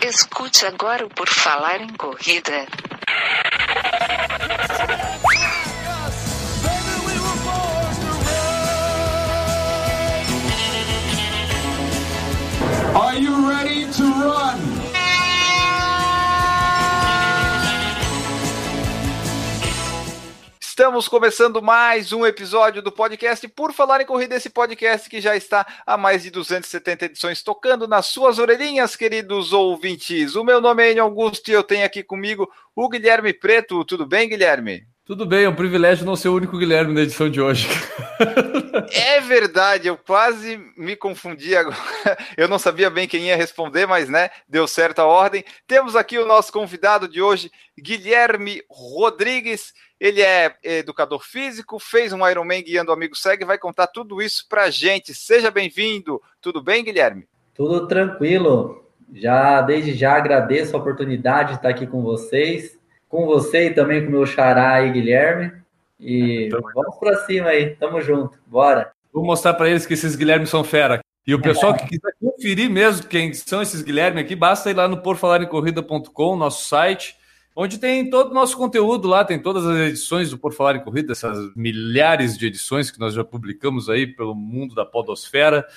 Escute agora o Por Falar em Corrida. Are you ready to run? Estamos começando mais um episódio do podcast Por Falar em Corrida, esse podcast que já está há mais de 270 edições tocando nas suas orelhinhas, queridos ouvintes. O meu nome é Enio Augusto e eu tenho aqui comigo o Guilherme Preto. Tudo bem, Guilherme? Tudo bem, é um privilégio não ser o único Guilherme na edição de hoje. É verdade, eu quase me confundi agora. Eu não sabia bem quem ia responder, mas deu certo a ordem. Temos aqui o nosso convidado de hoje, Guilherme Rodrigues. Ele é educador físico, fez um Ironman guiando o amigo cego e vai contar tudo isso pra gente. Seja bem-vindo. Tudo bem, Guilherme? Tudo tranquilo. Desde já agradeço a oportunidade de estar aqui com vocês. Com você e também com o meu xará aí, Guilherme. E vamos pra cima aí, tamo junto, bora. Vou mostrar para eles que esses Guilherme são fera. E o pessoal que quiser conferir mesmo quem são esses Guilherme aqui, basta ir lá no porfalaремcorrida.com, nosso site, onde tem todo o nosso conteúdo lá, tem todas as edições do Por Falar em Corrida, essas milhares de edições que nós já publicamos aí pelo mundo da podosfera.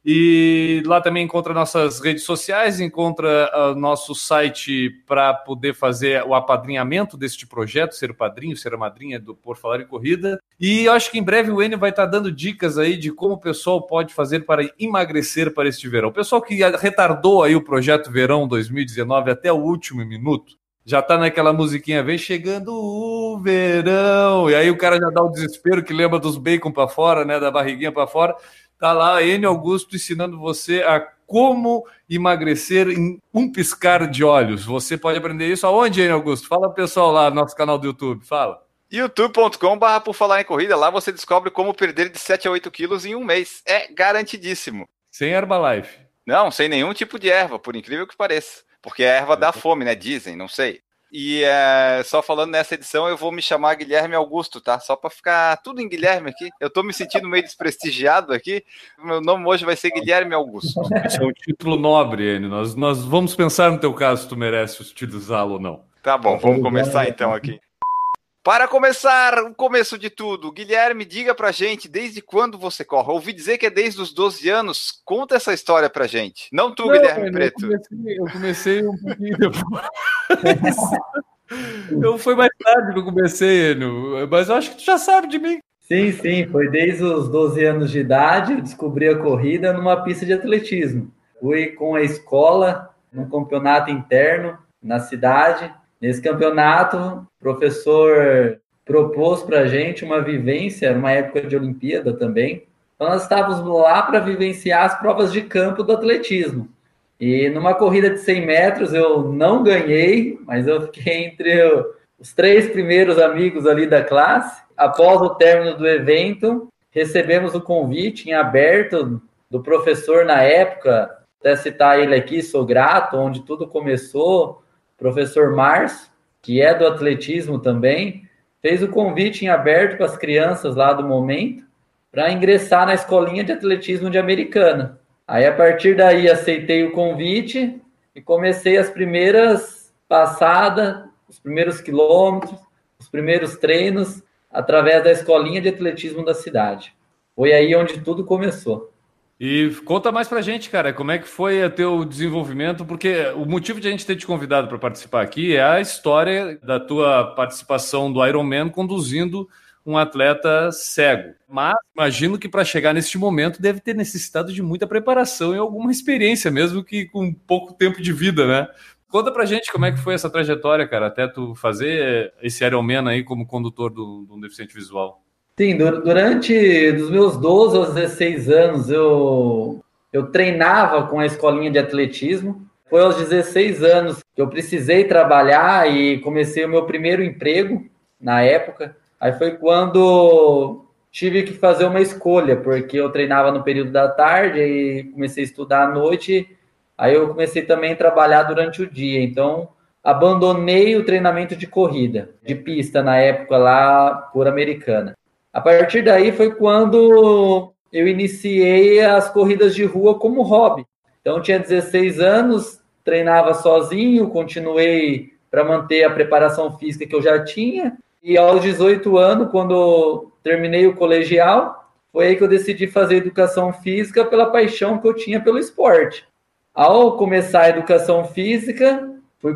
E lá também encontra nossas redes sociais, encontra nosso site para poder fazer o apadrinhamento deste projeto, ser o padrinho, ser a madrinha do Por Falar em Corrida. E eu acho que em breve o Enio vai estar dando dicas aí de como o pessoal pode fazer para emagrecer para este verão. O pessoal que retardou aí o projeto Verão 2019 até o último minuto, já tá naquela musiquinha, vem chegando o verão, e aí o cara já dá o desespero que lembra dos bacon para fora, da barriguinha para fora. Tá lá, Enio Augusto ensinando você a como emagrecer em um piscar de olhos. Você pode aprender isso aonde, Enio Augusto? Fala, pessoal, lá no nosso canal do YouTube, fala. youtube.com/, Por Falar em Corrida, lá você descobre como perder de 7 a 8 quilos em um mês. É garantidíssimo. Sem Herbalife. Não, sem nenhum tipo de erva, por incrível que pareça. Porque a erva dá fome, dizem, não sei. E só falando nessa edição, eu vou me chamar Guilherme Augusto, tá? Só pra ficar tudo em Guilherme aqui. Eu tô me sentindo meio desprestigiado aqui. Meu nome hoje vai ser Guilherme Augusto. Esse é um título nobre, Enio. Nós vamos pensar no teu caso se tu merece utilizá-lo ou não. Tá bom, vamos começar então aqui. Para começar, o começo de tudo, Guilherme, diga pra gente, desde quando você corre? Ouvi dizer que é desde os 12 anos. Conta essa história pra gente. Não tu, Guilherme Preto. Eu comecei um pouquinho depois. Foi mais tarde que eu comecei, Enio, mas eu acho que tu já sabe de mim. Sim, foi desde os 12 anos de idade, eu descobri a corrida numa pista de atletismo. Fui com a escola, num campeonato interno, na cidade. Nesse campeonato, o professor propôs para a gente uma vivência, uma época de Olimpíada também. Então, nós estávamos lá para vivenciar as provas de campo do atletismo. E numa corrida de 100 metros, eu não ganhei, mas eu fiquei entre os 3 primeiros amigos ali da classe. Após o término do evento, recebemos o convite em aberto do professor na época, até citar ele aqui, sou grato, onde tudo começou. Professor Márcio, que é do atletismo também, fez o convite em aberto para as crianças lá do momento para ingressar na escolinha de atletismo de Americana. Aí, a partir daí, aceitei o convite e comecei as primeiras passadas, os primeiros quilômetros, os primeiros treinos, através da escolinha de atletismo da cidade. Foi aí onde tudo começou. E conta mais pra gente, cara, como é que foi o teu desenvolvimento, porque o motivo de a gente ter te convidado para participar aqui é a história da tua participação do Ironman conduzindo um atleta cego. Mas imagino que para chegar neste momento deve ter necessitado de muita preparação e alguma experiência, mesmo que com pouco tempo de vida, né? Conta pra gente como é que foi essa trajetória, cara, até tu fazer esse Ironman aí como condutor de um deficiente visual. Sim, durante dos meus 12 aos 16 anos, eu treinava com a escolinha de atletismo. Foi aos 16 anos que eu precisei trabalhar e comecei o meu primeiro emprego na época. Aí foi quando tive que fazer uma escolha, porque eu treinava no período da tarde e comecei a estudar à noite. Aí eu comecei também a trabalhar durante o dia. Então, abandonei o treinamento de corrida, de pista na época lá por Americana. A partir daí foi quando eu iniciei as corridas de rua como hobby. Então, eu tinha 16 anos, treinava sozinho, continuei para manter a preparação física que eu já tinha. E aos 18 anos, quando terminei o colegial, foi aí que eu decidi fazer educação física pela paixão que eu tinha pelo esporte. Ao começar a educação física, fui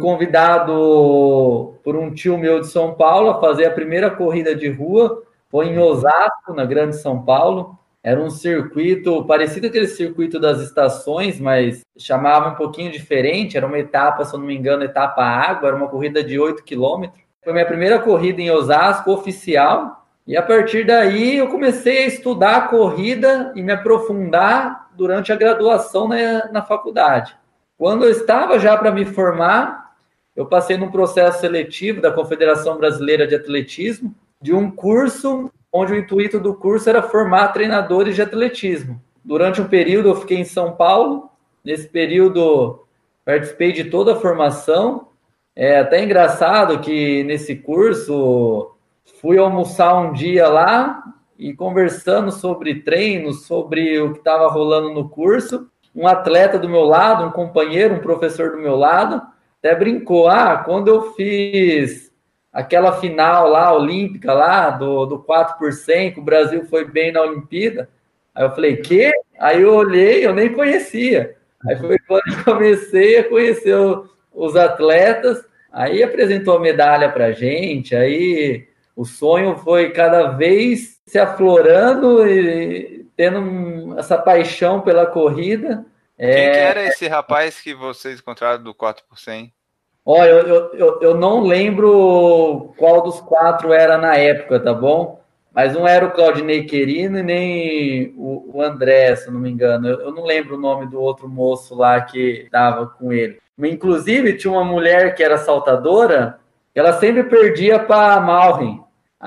convidado por um tio meu de São Paulo a fazer a primeira corrida de rua. Foi em Osasco, na Grande São Paulo. Era um circuito parecido com aquele circuito das estações, mas chamava um pouquinho diferente. Era uma etapa, se eu não me engano, etapa água. Era uma corrida de 8 quilômetros. Foi minha primeira corrida em Osasco, oficial. E a partir daí eu comecei a estudar a corrida e me aprofundar durante a graduação na faculdade. Quando eu estava já para me formar, eu passei num processo seletivo da Confederação Brasileira de Atletismo, de um curso onde o intuito do curso era formar treinadores de atletismo. Durante um período eu fiquei em São Paulo. Nesse período participei de toda a formação. É até engraçado que nesse curso fui almoçar um dia lá e conversando sobre treinos, sobre o que estava rolando no curso. Um atleta do meu lado, um companheiro, um professor do meu lado, até brincou, quando eu fiz aquela final lá, olímpica lá, do 4 por 100, que o Brasil foi bem na Olimpíada. Aí eu falei, quê? Aí eu olhei, eu nem conhecia. Aí foi quando eu comecei a conhecer os atletas, aí apresentou a medalha pra gente, aí o sonho foi cada vez se aflorando e tendo essa paixão pela corrida. Quem que era esse rapaz que vocês encontraram do 4 por 100? Olha, eu não lembro qual dos 4 era na época, tá bom? Mas não era o Claudinei Querino e nem o André, se eu não me engano. Eu não lembro o nome do outro moço lá que estava com ele. Inclusive, tinha uma mulher que era saltadora, ela sempre perdia para a Malren.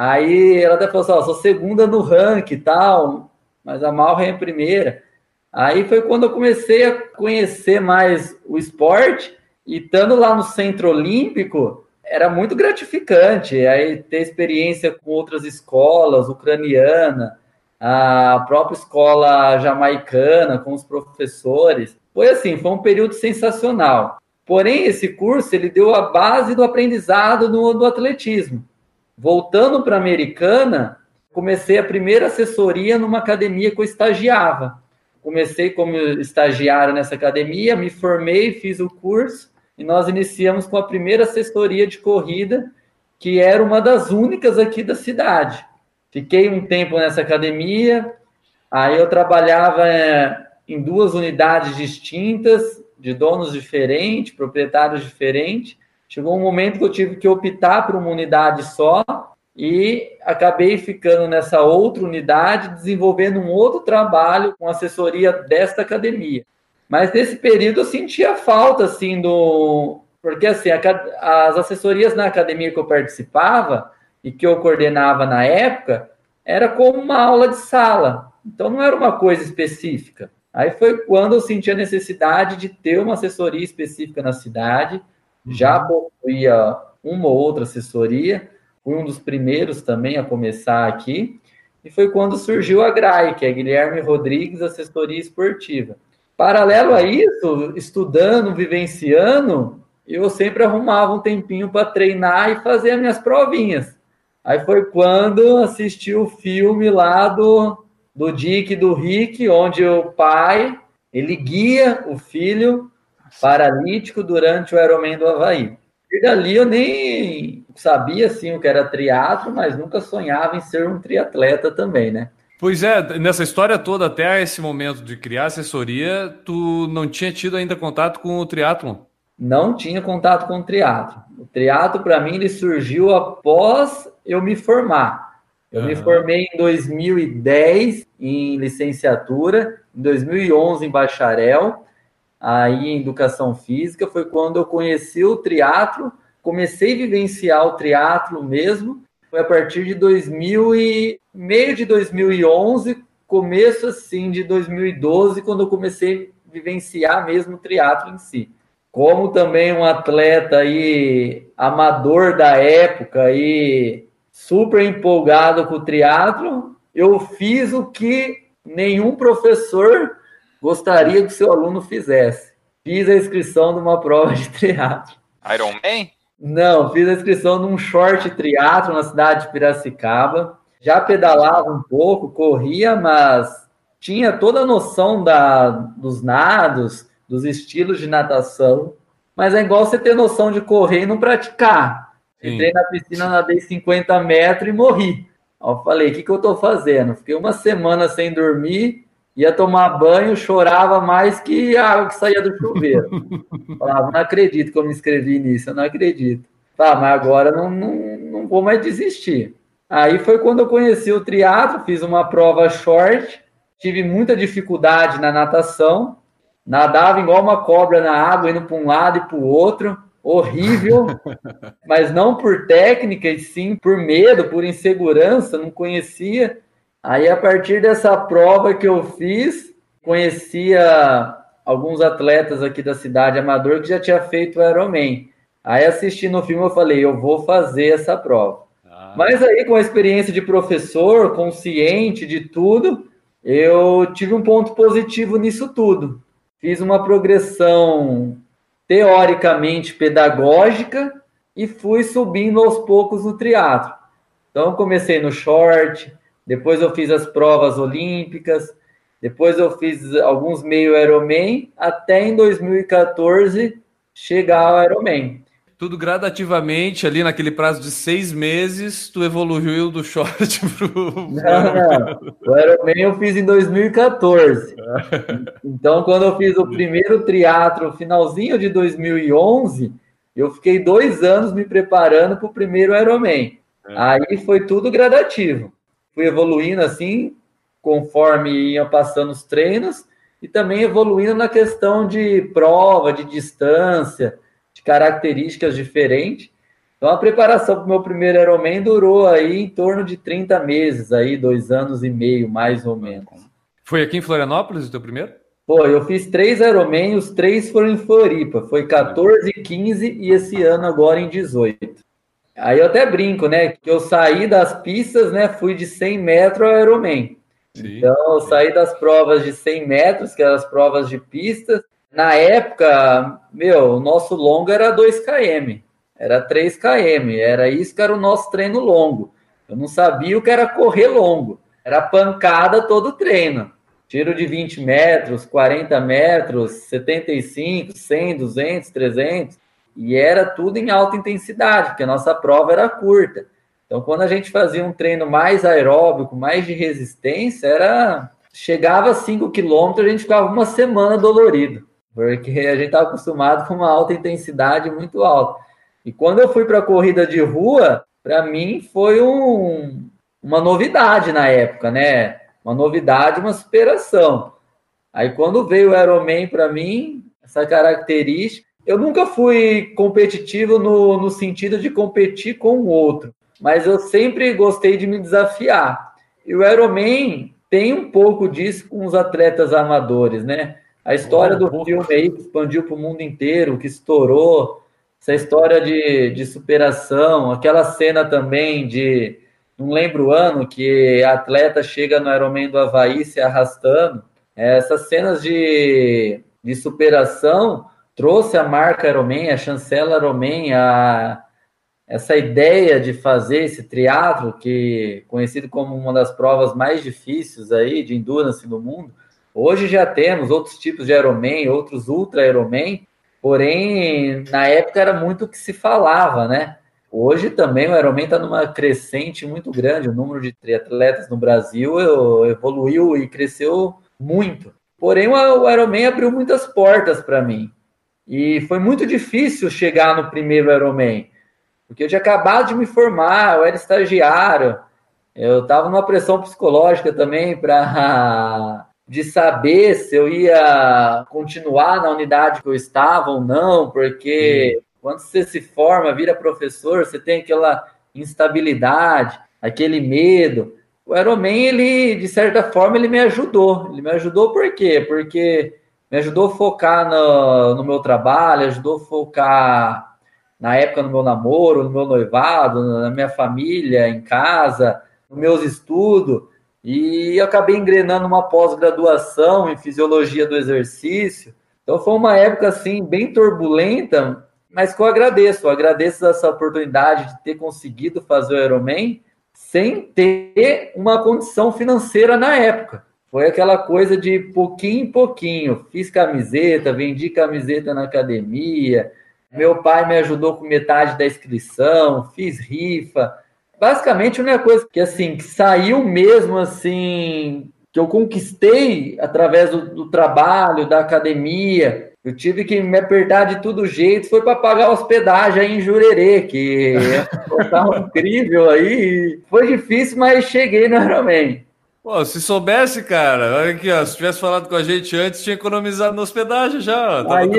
Aí ela até falou assim, sou segunda no ranking e tal, mas a Malren é primeira. Aí foi quando eu comecei a conhecer mais o esporte, e estando lá no Centro Olímpico, era muito gratificante. Aí ter experiência com outras escolas, ucraniana, a própria escola jamaicana, com os professores. Foi assim, foi um período sensacional. Porém, esse curso, ele deu a base do aprendizado do atletismo. Voltando para a Americana, comecei a primeira assessoria numa academia que eu estagiava. Comecei como estagiário nessa academia, me formei, fiz o curso, e nós iniciamos com a primeira assessoria de corrida, que era uma das únicas aqui da cidade. Fiquei um tempo nessa academia, aí eu trabalhava em 2 unidades distintas, de donos diferentes, proprietários diferentes. Chegou um momento que eu tive que optar por uma unidade só e acabei ficando nessa outra unidade, desenvolvendo um outro trabalho com assessoria desta academia. Mas nesse período eu sentia falta, assim, porque assim, as assessorias na academia que eu participava e que eu coordenava na época, era como uma aula de sala. Então não era uma coisa específica. Aí foi quando eu senti a necessidade de ter uma assessoria específica na cidade. Já possuía uma ou outra assessoria, fui um dos primeiros também a começar aqui, e foi quando surgiu a GRAI, que é Guilherme Rodrigues Assessoria Esportiva. Paralelo a isso, estudando, vivenciando, eu sempre arrumava um tempinho para treinar e fazer as minhas provinhas. Aí foi quando assisti o filme lá do Dick e do Rick, onde o pai, ele guia o filho paralítico durante o Ironman do Havaí. E dali eu nem sabia, assim, o que era triatlo, mas nunca sonhava em ser um triatleta também, né? Pois é, nessa história toda, até esse momento de criar assessoria, tu não tinha tido ainda contato com o triatlon? Não tinha contato com o triatlo. O triatlo, para mim, ele surgiu após eu me formar. Eu me formei em 2010 em licenciatura, em 2011 em bacharel, aí em educação física. Foi quando eu conheci o triatlo, comecei a vivenciar o triatlo mesmo. Foi a partir de meio de 2011, começo assim de 2012, quando eu comecei a vivenciar mesmo o triatlo em si. Como também um atleta aí, amador da época e super empolgado com o triatlo, eu fiz o que nenhum professor gostaria que seu aluno fizesse. Fiz a inscrição de uma prova de triatlo. Ironman? Não, fiz a inscrição de um short triatlo na cidade de Piracicaba. Já pedalava um pouco, corria, mas tinha toda a noção dos nados, dos estilos de natação. Mas é igual você ter noção de correr e não praticar. Entrei na piscina, nadei 50 metros e morri. Aí eu falei, o que eu estou fazendo? Fiquei uma semana sem dormir, ia tomar banho, chorava mais que a água que saía do chuveiro. Falava, não acredito que eu me inscrevi nisso, eu não acredito. Mas agora não vou mais desistir. Aí foi quando eu conheci o triatlo, fiz uma prova short, tive muita dificuldade na natação, nadava igual uma cobra na água, indo para um lado e para o outro, horrível, mas não por técnica, e sim por medo, por insegurança, não conhecia. Aí, a partir dessa prova que eu fiz, conhecia alguns atletas aqui da cidade, amador, que já tinha feito o Ironman. Aí, assistindo o filme, eu falei, eu vou fazer essa prova. Mas aí, com a experiência de professor, consciente de tudo, eu tive um ponto positivo nisso tudo. Fiz uma progressão teoricamente pedagógica e fui subindo aos poucos no triatlo. Então, comecei no short, depois eu fiz as provas olímpicas, depois eu fiz alguns meio Ironman, até em 2014 chegar ao Ironman. Tudo gradativamente, ali naquele prazo de 6 meses, tu evoluiu do short pro... Não. O Ironman eu fiz em 2014. Então, quando eu fiz o primeiro triatlo, finalzinho de 2011, eu fiquei 2 anos me preparando para o primeiro Ironman. Aí foi tudo gradativo. Fui evoluindo assim, conforme ia passando os treinos, e também evoluindo na questão de prova, de distância, de características diferentes. Então, a preparação para o meu primeiro Ironman durou aí em torno de 30 meses, aí 2 anos e meio, mais ou menos. Foi aqui em Florianópolis o teu primeiro? Pô, eu fiz 3 Ironman, os 3 foram em Floripa. Foi 14, 15 e esse ano agora em 18. Aí eu até brinco, né? Que eu saí das pistas, né? Fui de 100 metros ao Ironman. Sim, então, eu saí das provas de 100 metros, que eram as provas de pistas. Na época, o nosso longo era 2 km, era 3 km, era isso que era o nosso treino longo. Eu não sabia o que era correr longo, era pancada todo o treino. Tiro de 20 metros, 40 metros, 75, 100, 200, 300, e era tudo em alta intensidade, porque a nossa prova era curta. Então, quando a gente fazia um treino mais aeróbico, mais de resistência, chegava a 5 quilômetros, a gente ficava uma semana dolorido. Porque a gente estava acostumado com uma alta intensidade muito alta. E quando eu fui para a corrida de rua, para mim foi uma novidade na época, né? Uma novidade, uma superação. Aí quando veio o Ironman para mim, essa característica, eu nunca fui competitivo no sentido de competir com o outro, mas eu sempre gostei de me desafiar. E o Ironman tem um pouco disso com os atletas amadores, né? A história do filme aí que expandiu para o mundo inteiro, que estourou, essa história de superação, aquela cena também de, não lembro o ano, que a atleta chega no Ironman do Havaí se arrastando. Essas cenas de superação trouxe a marca Ironman, a chancela Ironman, essa ideia de fazer esse triatlo, que é conhecido como uma das provas mais difíceis aí de endurance do mundo. Hoje já temos outros tipos de Ironman, outros Ultra Ironman, porém, na época era muito o que se falava, né? Hoje também o Ironman está numa crescente muito grande, o número de triatletas no Brasil evoluiu e cresceu muito. Porém, o Ironman abriu muitas portas para mim. E foi muito difícil chegar no primeiro Ironman, porque eu tinha acabado de me formar, eu era estagiário, eu estava numa pressão psicológica também de saber se eu ia continuar na unidade que eu estava ou não, porque quando você se forma, vira professor, você tem aquela instabilidade, aquele medo. O Ironman, ele, de certa forma, ele me ajudou. Ele me ajudou por quê? Porque me ajudou a focar no meu trabalho, ajudou a focar, na época, no meu namoro, no meu noivado, na minha família, em casa, nos meus estudos. E eu acabei engrenando uma pós-graduação em fisiologia do exercício. Então foi uma época assim bem turbulenta, mas que eu agradeço essa oportunidade de ter conseguido fazer o Ironman sem ter uma condição financeira na época. Foi aquela coisa de pouquinho em pouquinho. Fiz camiseta, vendi camiseta na academia. Meu pai me ajudou com metade da inscrição, fiz rifa. Basicamente, a única coisa que, assim, que saiu mesmo, assim, que eu conquistei através do trabalho, da academia, eu tive que me apertar de todo jeito, foi para pagar a hospedagem aí em Jurerê, que é incrível aí. Foi difícil, mas cheguei no Ironman. Pô, se soubesse, cara, olha aqui, ó, se tivesse falado com a gente antes, tinha economizado na hospedagem já. Ó, Aí,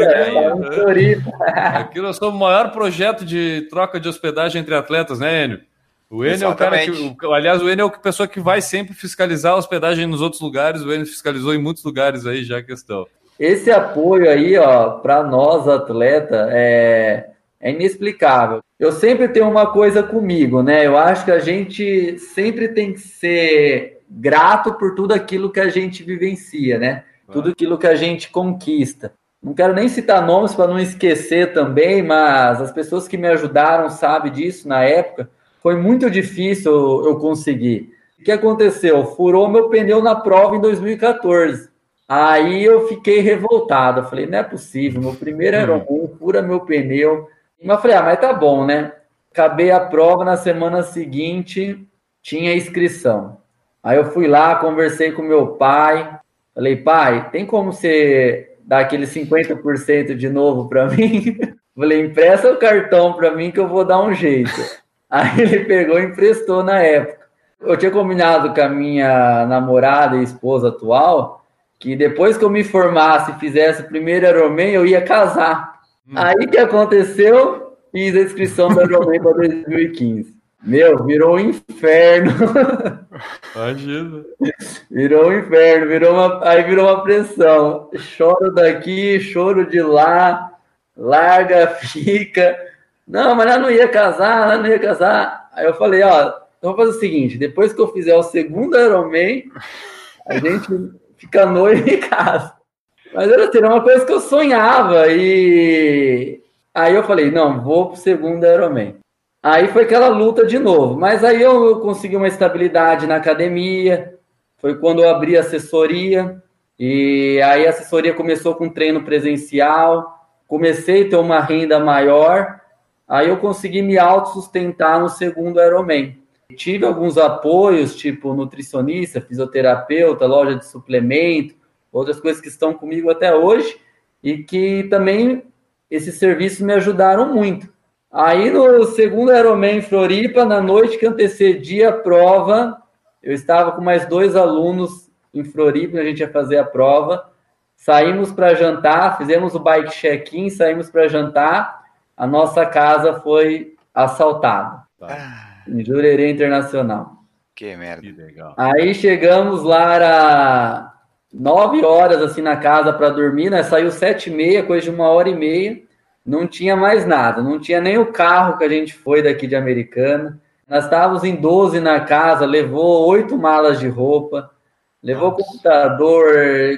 aqui nós somos o maior projeto de troca de hospedagem entre atletas, né, Enio? O Enio é o cara que... Aliás, o Enio é a pessoa que vai sempre fiscalizar a hospedagem nos outros lugares. O Enio fiscalizou em muitos lugares aí já a questão. Esse apoio aí, ó, para nós, atleta, é inexplicável. Eu sempre tenho uma coisa comigo, né? Eu acho que a gente sempre tem que ser grato por tudo aquilo que a gente vivencia, né? Tudo aquilo que a gente conquista. Não quero nem citar nomes para não esquecer também, mas as pessoas que me ajudaram sabem disso na época. Foi muito difícil eu conseguir. O que aconteceu? Furou meu pneu na prova em 2014. Aí eu fiquei revoltado. Eu falei, não é possível, meu primeiro Ironman fura meu pneu. Mas eu falei, mas tá bom, né? Acabei a prova, na semana seguinte tinha inscrição. Aí eu fui lá, conversei com meu pai. Falei, pai, tem como você dar aquele 50% de novo para mim? Falei, empresta o cartão para mim que eu vou dar um jeito. Aí ele pegou e emprestou na época. Eu tinha combinado com a minha namorada e esposa atual que depois que eu me formasse e fizesse o primeiro Ironman, eu ia casar. Aí o que aconteceu? Fiz a inscrição do Ironman para 2015. Meu, virou um inferno. Imagina. Virou um inferno, virou uma pressão. Choro daqui, choro de lá, larga, fica. Não, mas ela não ia casar, Aí eu falei, ó, vamos fazer o seguinte, depois que eu fizer o segundo Ironman, a gente fica noivo em casa. Mas era uma coisa que eu sonhava, e aí eu falei, não, vou pro segundo Ironman. Aí foi aquela luta de novo, mas aí eu consegui uma estabilidade na academia, foi quando eu abri a assessoria, e aí a assessoria começou com treino presencial, comecei a ter uma renda maior, aí eu consegui me autossustentar no segundo Ironman. Tive alguns apoios, tipo nutricionista, fisioterapeuta, loja de suplemento, outras coisas que estão comigo até hoje, e que também esses serviços me ajudaram muito. Aí no segundo Ironman em Floripa, na noite que antecedia a prova, eu estava com mais 2 alunos em Floripa, a gente ia fazer a prova, saímos para jantar, fizemos o bike check-in, saímos para jantar, a nossa casa foi assaltada, em Jurerê Internacional. Que merda. Que legal. Aí chegamos lá, era 9 horas assim na casa para dormir, né? Saiu 7h30, coisa de 1h30, não tinha mais nada, não tinha nem o carro que a gente foi daqui de Americana. Nós estávamos em 12 na casa, levou 8 malas de roupa, levou computador,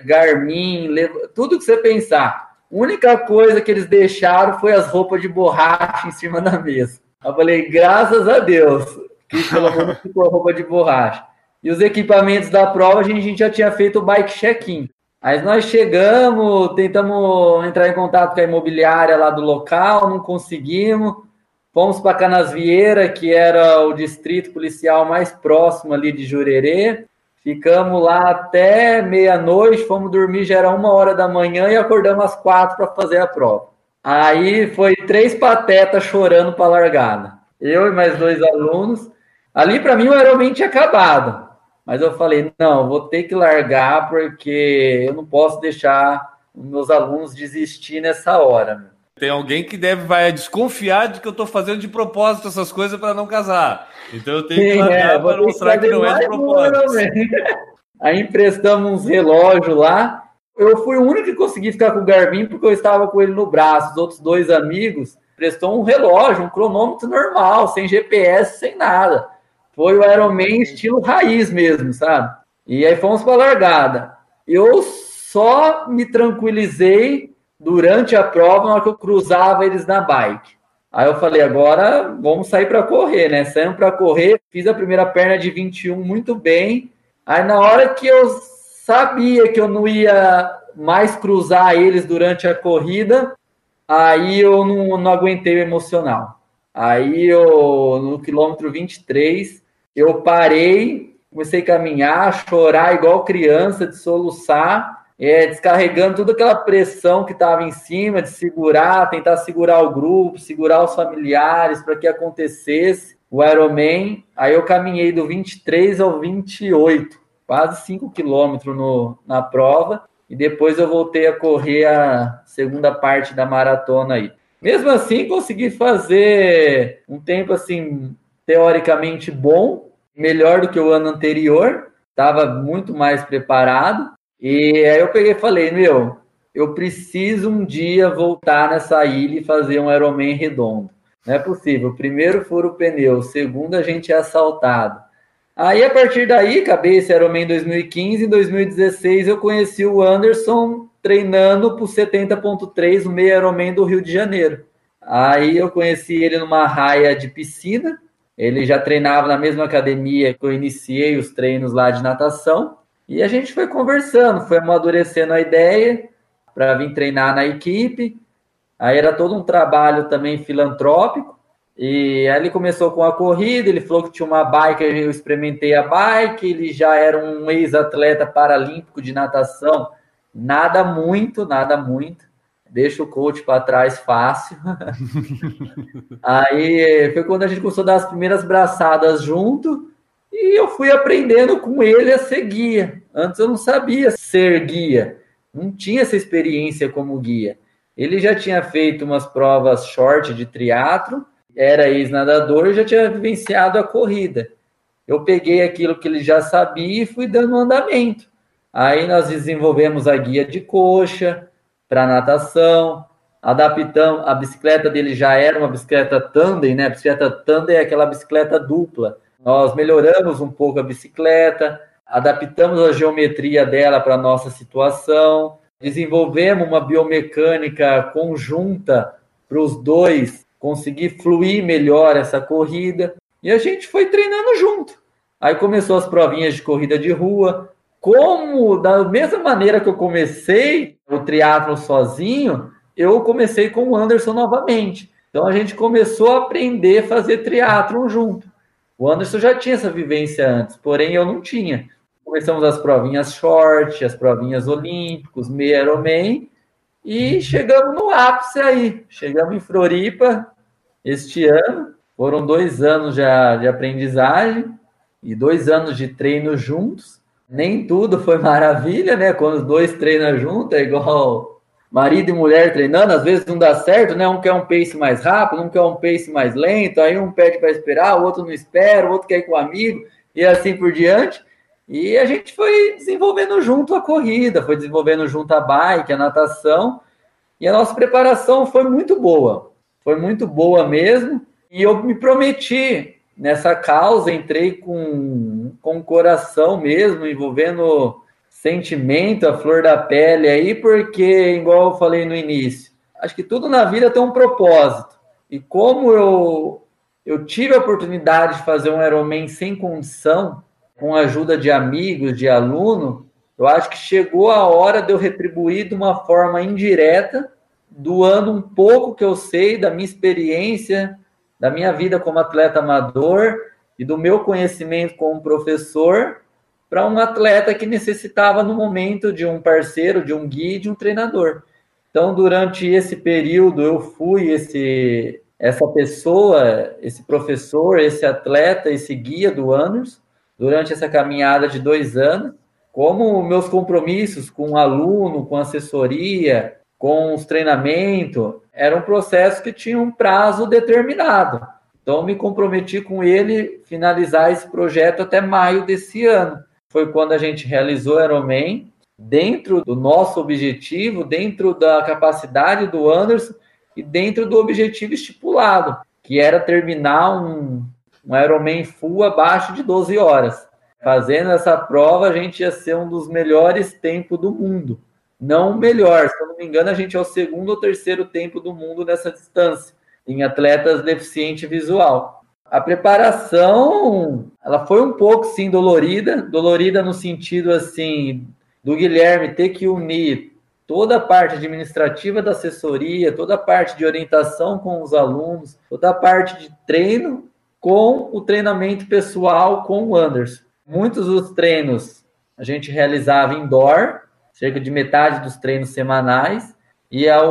Garmin, levou tudo que você pensar. A única coisa que eles deixaram foi as roupas de borracha em cima da mesa. Eu falei, graças a Deus, que pelo menos ficou roupa de borracha. E os equipamentos da prova, a gente já tinha feito o bike check-in. Aí nós chegamos, tentamos entrar em contato com a imobiliária lá do local, não conseguimos. Fomos para Canasvieira, que era o distrito policial mais próximo ali de Jurerê. Ficamos lá até meia-noite, fomos dormir, já era 1h da manhã e acordamos às 4 para fazer a prova. Aí foi 3 patetas chorando para a largada. Eu e mais 2 alunos. Ali para mim o Ironman tinha acabado. Mas eu falei, não, vou ter que largar porque eu não posso deixar os meus alunos desistir nessa hora. Meu. Tem alguém que vai desconfiar de que eu estou fazendo de propósito essas coisas para não casar. Então eu tenho que largar para mostrar que não é de propósito. Aí emprestamos uns relógios lá. Eu fui o único que consegui ficar com o Garmin porque eu estava com ele no braço. Os outros 2 amigos prestou um relógio, um cronômetro normal, sem GPS, sem nada. Foi o Ironman estilo raiz mesmo, sabe? E aí fomos para a largada. Eu só me tranquilizei durante a prova, na hora que eu cruzava eles na bike. Aí eu falei, agora vamos sair para correr, né? Saímos para correr, fiz a primeira perna de 21 muito bem. Aí na hora que eu sabia que eu não ia mais cruzar eles durante a corrida, aí eu não aguentei o emocional. Aí no quilômetro 23, eu parei, comecei a caminhar, chorar igual criança, de soluçar, descarregando toda aquela pressão que estava em cima, de segurar, tentar segurar o grupo, segurar os familiares para que acontecesse o Ironman. Aí eu caminhei do 23 ao 28, quase 5 quilômetros na prova, e depois eu voltei a correr a segunda parte da maratona aí. Mesmo assim, consegui fazer um tempo assim, teoricamente bom, melhor do que o ano anterior, estava muito mais preparado. E aí eu peguei e falei, eu preciso um dia voltar nessa ilha e fazer um Ironman redondo. Não é possível. Primeiro furo o pneu, segundo a gente é assaltado. Aí a partir daí, acabei esse Ironman em 2015, em 2016 eu conheci o Anderson treinando para o 70.3, o meio Ironman do Rio de Janeiro. Aí eu conheci ele numa raia de piscina, ele já treinava na mesma academia que eu iniciei os treinos lá de natação. E a gente foi conversando, foi amadurecendo a ideia para vir treinar na equipe. Aí era todo um trabalho também filantrópico. E aí ele começou com a corrida, ele falou que tinha uma bike, eu experimentei a bike, ele já era um ex-atleta paralímpico de natação. Nada muito. Deixa o coach para trás fácil. Aí foi quando a gente começou a dar as primeiras braçadas junto. E eu fui aprendendo com ele a ser guia. Antes eu não sabia ser guia. Não tinha essa experiência como guia. Ele já tinha feito umas provas short de triatlo, era ex-nadador e já tinha vivenciado a corrida. Eu peguei aquilo que ele já sabia e fui dando um andamento. Aí nós desenvolvemos a guia de coxa para natação, adaptamos, a bicicleta dele já era uma bicicleta tandem, né? A bicicleta tandem é aquela bicicleta dupla. Nós melhoramos um pouco a bicicleta, adaptamos a geometria dela para a nossa situação, desenvolvemos uma biomecânica conjunta para os dois conseguir fluir melhor essa corrida, e a gente foi treinando junto. Aí começou as provinhas de corrida de rua, da mesma maneira que eu comecei o triatlo sozinho, eu comecei com o Anderson novamente. Então a gente começou a aprender a fazer triatlo junto. O Anderson já tinha essa vivência antes, porém eu não tinha. Começamos as provinhas short, as provinhas olímpicos, meio Ironman, e chegamos no ápice aí. Chegamos em Floripa este ano. Foram 2 anos já de aprendizagem e 2 anos de treino juntos. Nem tudo foi maravilha, né? Quando os dois treinam juntos, é igual marido e mulher treinando, às vezes não dá certo, né? Um quer um pace mais rápido, um quer um pace mais lento, aí um pede para esperar, o outro não espera, o outro quer ir com o amigo, e assim por diante. E a gente foi desenvolvendo junto a corrida, foi desenvolvendo junto a bike, a natação, e a nossa preparação foi muito boa mesmo, e eu me prometi nessa causa, entrei com o coração mesmo, envolvendo sentimento, a flor da pele aí, porque, igual eu falei no início, acho que tudo na vida tem um propósito. E como eu tive a oportunidade de fazer um Ironman sem condição, com a ajuda de amigos, de aluno, eu acho que chegou a hora de eu retribuir de uma forma indireta, doando um pouco que eu sei da minha experiência, da minha vida como atleta amador e do meu conhecimento como professor, para um atleta que necessitava no momento de um parceiro, de um guia, de um treinador. Então, durante esse período, eu fui essa pessoa, esse professor, esse atleta, esse guia do Anderson, durante essa caminhada de 2 anos, como meus compromissos com o aluno, com assessoria, com os treinamentos, era um processo que tinha um prazo determinado. Então, me comprometi com ele finalizar esse projeto até maio desse ano. Foi quando a gente realizou o Ironman, dentro do nosso objetivo, dentro da capacidade do Anderson e dentro do objetivo estipulado, que era terminar um Ironman full abaixo de 12 horas. Fazendo essa prova, a gente ia ser um dos melhores tempos do mundo. não o melhor. Se eu não me engano, a gente é o 2º ou 3º tempo do mundo nessa distância, em atletas deficiente visual. A preparação, ela foi um pouco, sim, dolorida no sentido, assim, do Guilherme ter que unir toda a parte administrativa da assessoria, toda a parte de orientação com os alunos, toda a parte de treino com o treinamento pessoal com o Anderson. Muitos dos treinos a gente realizava indoor, cerca de metade dos treinos semanais, e a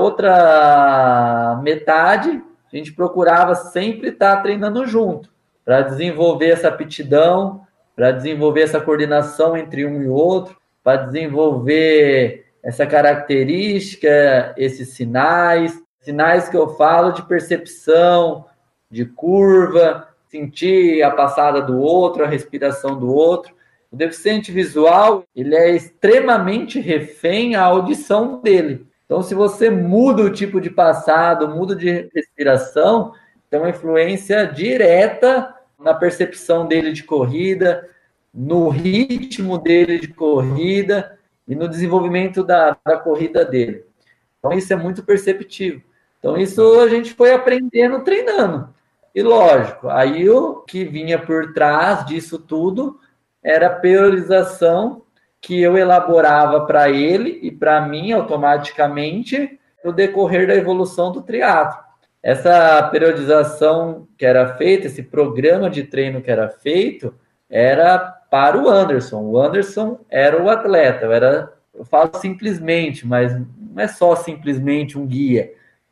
outra metade a gente procurava sempre estar treinando junto, para desenvolver essa aptidão, para desenvolver essa coordenação entre um e outro, para desenvolver essa característica, esses sinais que eu falo de percepção, de curva, sentir a passada do outro, a respiração do outro. O deficiente visual, ele é extremamente refém à audição dele. Então, se você muda o tipo de passado, muda de respiração, tem uma influência direta na percepção dele de corrida, no ritmo dele de corrida e no desenvolvimento da corrida dele. Então, isso é muito perceptível. Então, isso a gente foi aprendendo, treinando. E, lógico, aí o que vinha por trás disso tudo era a priorização que eu elaborava para ele e para mim automaticamente no decorrer da evolução do triatlo. Essa periodização que era feita, esse programa de treino que era feito, era para o Anderson. O Anderson era o atleta, eu falo simplesmente, mas não é só simplesmente um guia,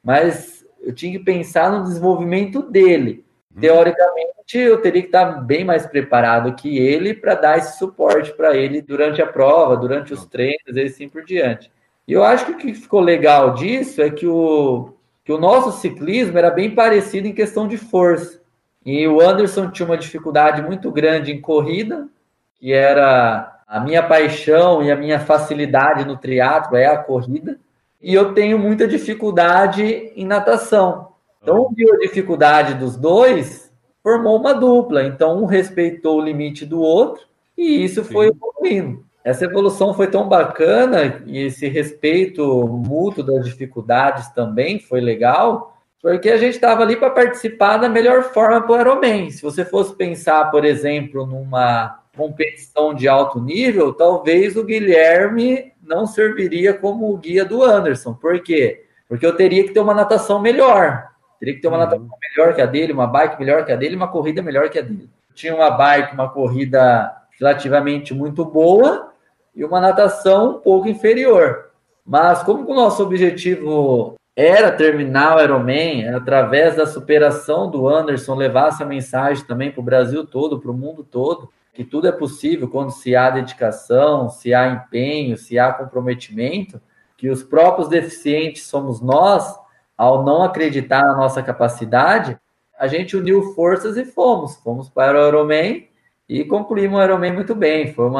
mas eu tinha que pensar no desenvolvimento dele. Teoricamente, eu teria que estar bem mais preparado que ele para dar esse suporte para ele durante a prova, durante os treinos e assim por diante. E eu acho que o que ficou legal disso é que o nosso ciclismo era bem parecido em questão de força. E o Anderson tinha uma dificuldade muito grande em corrida, que era a minha paixão e a minha facilidade no triatlo, é a corrida. E eu tenho muita dificuldade em natação. Então, a dificuldade dos dois formou uma dupla. Então, um respeitou o limite do outro e isso foi evoluindo. Essa evolução foi tão bacana e esse respeito mútuo das dificuldades também foi legal, porque a gente estava ali para participar da melhor forma para o Ironman. Se você fosse pensar, por exemplo, numa competição de alto nível, talvez o Guilherme não serviria como guia do Anderson. Por quê? Porque eu teria que ter uma natação melhor. Teria que ter uma natação melhor que a dele, uma bike melhor que a dele, uma corrida melhor que a dele. Tinha uma bike, uma corrida relativamente muito boa e uma natação um pouco inferior. Mas como o nosso objetivo era terminar o Ironman, através da superação do Anderson, levar essa mensagem também para o Brasil todo, para o mundo todo, que tudo é possível quando se há dedicação, se há empenho, se há comprometimento, que os próprios deficientes somos nós. Ao não acreditar na nossa capacidade, a gente uniu forças e fomos para o Ironman e concluímos o Ironman muito bem. Foi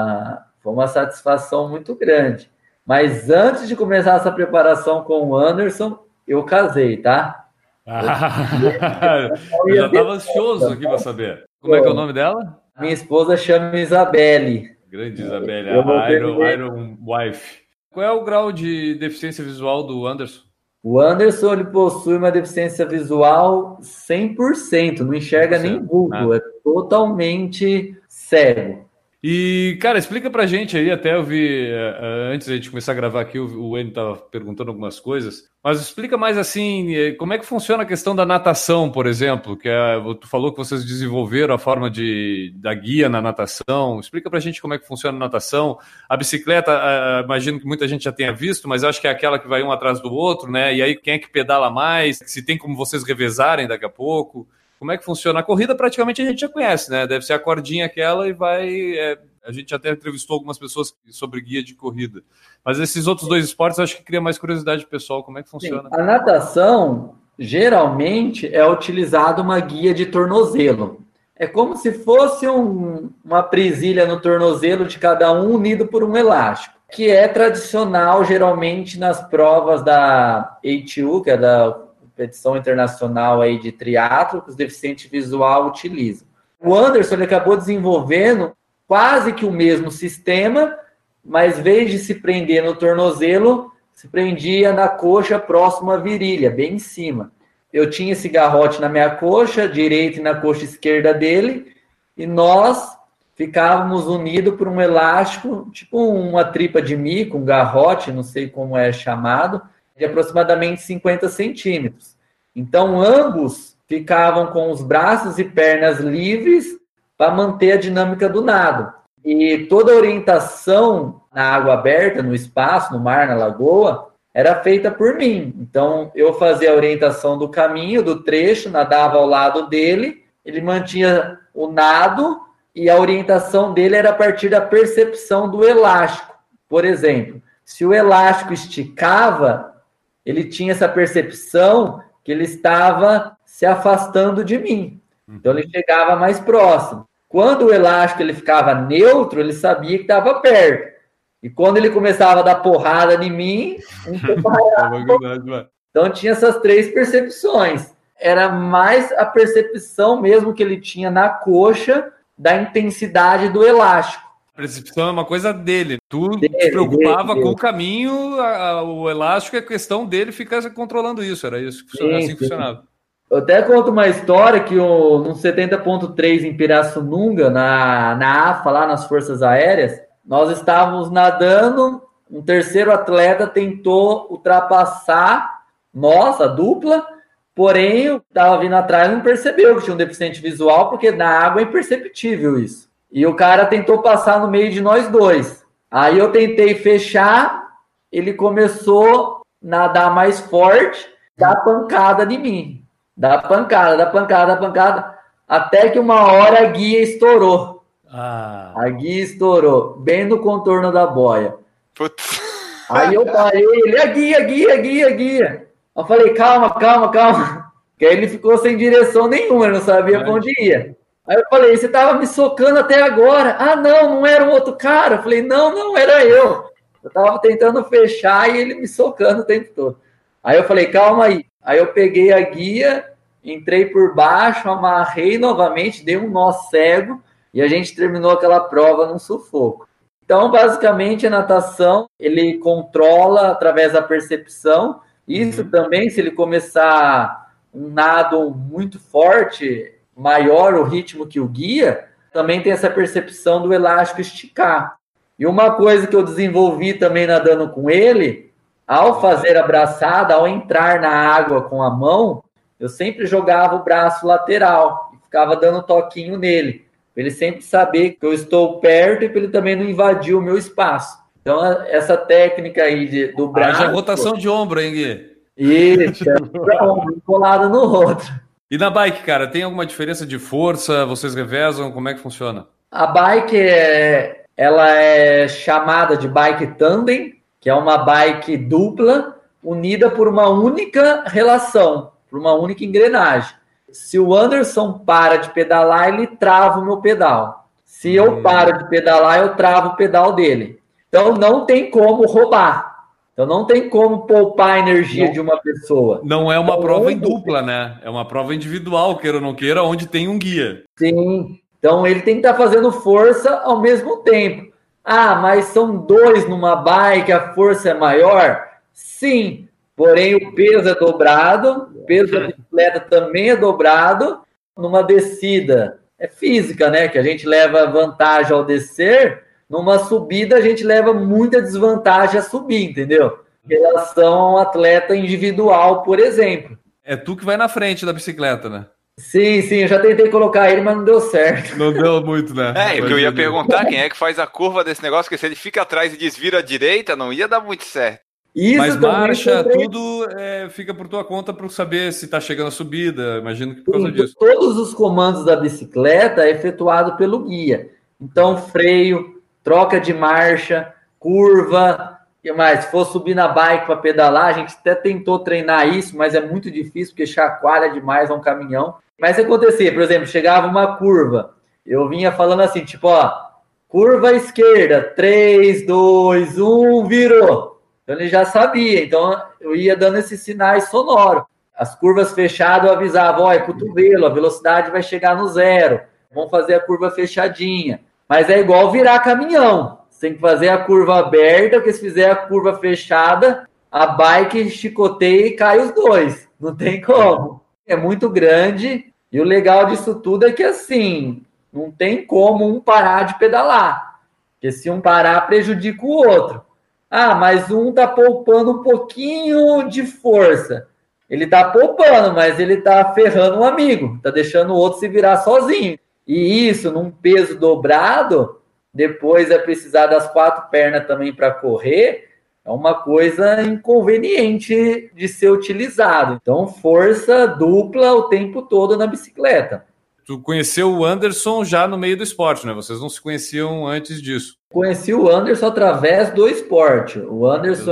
uma satisfação muito grande. Mas antes de começar essa preparação com o Anderson, eu casei, tá? Eu já estava ansioso aqui para saber. Como é que é o nome dela? Minha esposa chama Isabelle. Grande Isabelle, a Iron Wife. Qual é o grau de deficiência visual do Anderson? O Anderson, ele possui uma deficiência visual 100%, não enxerga nem vulgo, é totalmente cego. E, cara, explica pra gente aí, até eu vi, antes de a gente começar a gravar aqui, o Enio estava perguntando algumas coisas, mas explica mais assim, como é que funciona a questão da natação, por exemplo, que tu falou que vocês desenvolveram a forma da guia na natação, explica pra gente como é que funciona a natação. A bicicleta, imagino que muita gente já tenha visto, mas acho que é aquela que vai um atrás do outro, né, e aí quem é que pedala mais, se tem como vocês revezarem daqui a pouco. Como é que funciona? A corrida praticamente a gente já conhece, né? Deve ser a cordinha aquela e vai... a gente até entrevistou algumas pessoas sobre guia de corrida. Mas esses outros dois esportes, eu acho que cria mais curiosidade pessoal. Como é que funciona? Sim, a natação, geralmente, é utilizada uma guia de tornozelo. É como se fosse uma presilha no tornozelo de cada um unido por um elástico, que é tradicional, geralmente, nas provas da ATU, que é da competição internacional aí de triatlo, que os deficientes visual utilizam. O Anderson, ele acabou desenvolvendo quase que o mesmo sistema, mas em vez de se prender no tornozelo, se prendia na coxa próximo à virilha, bem em cima. Eu tinha esse garrote na minha coxa direita e na coxa esquerda dele, e nós ficávamos unidos por um elástico, tipo uma tripa de mico, um garrote, não sei como é chamado, de aproximadamente 50 centímetros. Então, ambos ficavam com os braços e pernas livres para manter a dinâmica do nado. E toda a orientação na água aberta, no espaço, no mar, na lagoa, era feita por mim. Então, eu fazia a orientação do caminho, do trecho, nadava ao lado dele, ele mantinha o nado e a orientação dele era a partir da percepção do elástico. Por exemplo, se o elástico esticava, ele tinha essa percepção que ele estava se afastando de mim. Então, ele chegava mais próximo. Quando o elástico ele ficava neutro, ele sabia que estava perto. E quando ele começava a dar porrada em mim, então tinha essas 3 percepções. Era mais a percepção mesmo que ele tinha na coxa da intensidade do elástico. A percepção é uma coisa dele. Tu te preocupava com o caminho, o elástico é questão dele ficar controlando isso. Era isso que assim funcionava. Eu até conto uma história que no 70.3 em Pirassununga, na AFA, lá nas Forças Aéreas, nós estávamos nadando, um terceiro atleta tentou ultrapassar nós, a dupla, porém, eu estava vindo atrás e não percebeu que tinha um deficiente visual, porque na água é imperceptível isso. E o cara tentou passar no meio de nós dois. Aí eu tentei fechar, ele começou a nadar mais forte, dar pancada em mim. Dá pancada, até que uma hora a guia estourou. A guia estourou, bem no contorno da boia. Putz. Aí eu parei, ele, a guia. Eu falei, calma. Que aí ele ficou sem direção nenhuma, ele não sabia pra onde ia. Aí eu falei, você tava me socando até agora. Ah, não era um outro cara. Eu falei, não, era eu. Eu tava tentando fechar e ele me socando o tempo todo. Aí eu falei, calma aí. Aí eu peguei a guia, entrei por baixo, amarrei novamente, dei um nó cego e a gente terminou aquela prova num sufoco. Então, basicamente, a natação, ele controla através da percepção. Isso também, se ele começar um nado muito forte, maior o ritmo que o guia, também tem essa percepção do elástico esticar. E uma coisa que eu desenvolvi também nadando com ele, ao fazer a braçada, ao entrar na água com a mão, eu sempre jogava o braço lateral e ficava dando toquinho nele, para ele sempre saber que eu estou perto e para ele também não invadir o meu espaço. Então, essa técnica aí do braço... Já rotação de ombro, hein, Gui? Isso, um colado no outro. E na bike, cara, tem alguma diferença de força? Vocês revezam? Como é que funciona? A bike, ela é chamada de bike tandem, que é uma bike dupla, unida por uma única relação, por uma única engrenagem. Se o Anderson para de pedalar, ele trava o meu pedal. Se eu paro de pedalar, eu travo o pedal dele. Então, não tem como roubar. Então, não tem como poupar a energia de uma pessoa. Não é uma prova em dupla, né? É uma prova individual, queira ou não queira, onde tem um guia. Sim. Então, ele tem que estar fazendo força ao mesmo tempo. Ah, mas são 2 numa bike, a força é maior? Sim, porém o peso é dobrado, o peso da bicicleta também é dobrado. Numa descida, é física, né? Que a gente leva vantagem ao descer, numa subida a gente leva muita desvantagem a subir, entendeu? Em relação a um atleta individual, por exemplo. É tu que vai na frente da bicicleta, né? Sim, eu já tentei colocar ele, mas não deu certo. Não deu muito, né? O que eu ia perguntar, quem é que faz a curva desse negócio, porque se ele fica atrás e desvira à direita, não ia dar muito certo. Isso. Mas marcha, tudo fica por tua conta para saber se tá chegando a subida, imagino que por causa disso. Todos os comandos da bicicleta é efetuado pelo guia. Então, freio, troca de marcha, curva... O que mais? Se for subir na bike para pedalar, a gente até tentou treinar isso, mas é muito difícil, porque chacoalha demais um caminhão. Mas se acontecer, por exemplo, chegava uma curva, eu vinha falando assim, tipo, curva esquerda, 3, 2, 1, virou. Então ele já sabia, então eu ia dando esses sinais sonoros. As curvas fechadas eu avisava, é cotovelo, a velocidade vai chegar no 0, vamos fazer a curva fechadinha. Mas é igual virar caminhão. Você tem que fazer a curva aberta, porque se fizer a curva fechada, a bike chicoteia e cai os dois. Não tem como. É muito grande. E o legal disso tudo é que, assim, não tem como um parar de pedalar. Porque se um parar, prejudica o outro. Ah, mas um tá poupando um pouquinho de força. Ele tá poupando, mas ele tá ferrando um amigo. Tá deixando o outro se virar sozinho. E isso, num peso dobrado, depois é precisar das 4 pernas também para correr, é uma coisa inconveniente de ser utilizado. Então, força dupla o tempo todo na bicicleta. Tu conheceu o Anderson já no meio do esporte, né? Vocês não se conheciam antes disso. Conheci o Anderson através do esporte. O Anderson,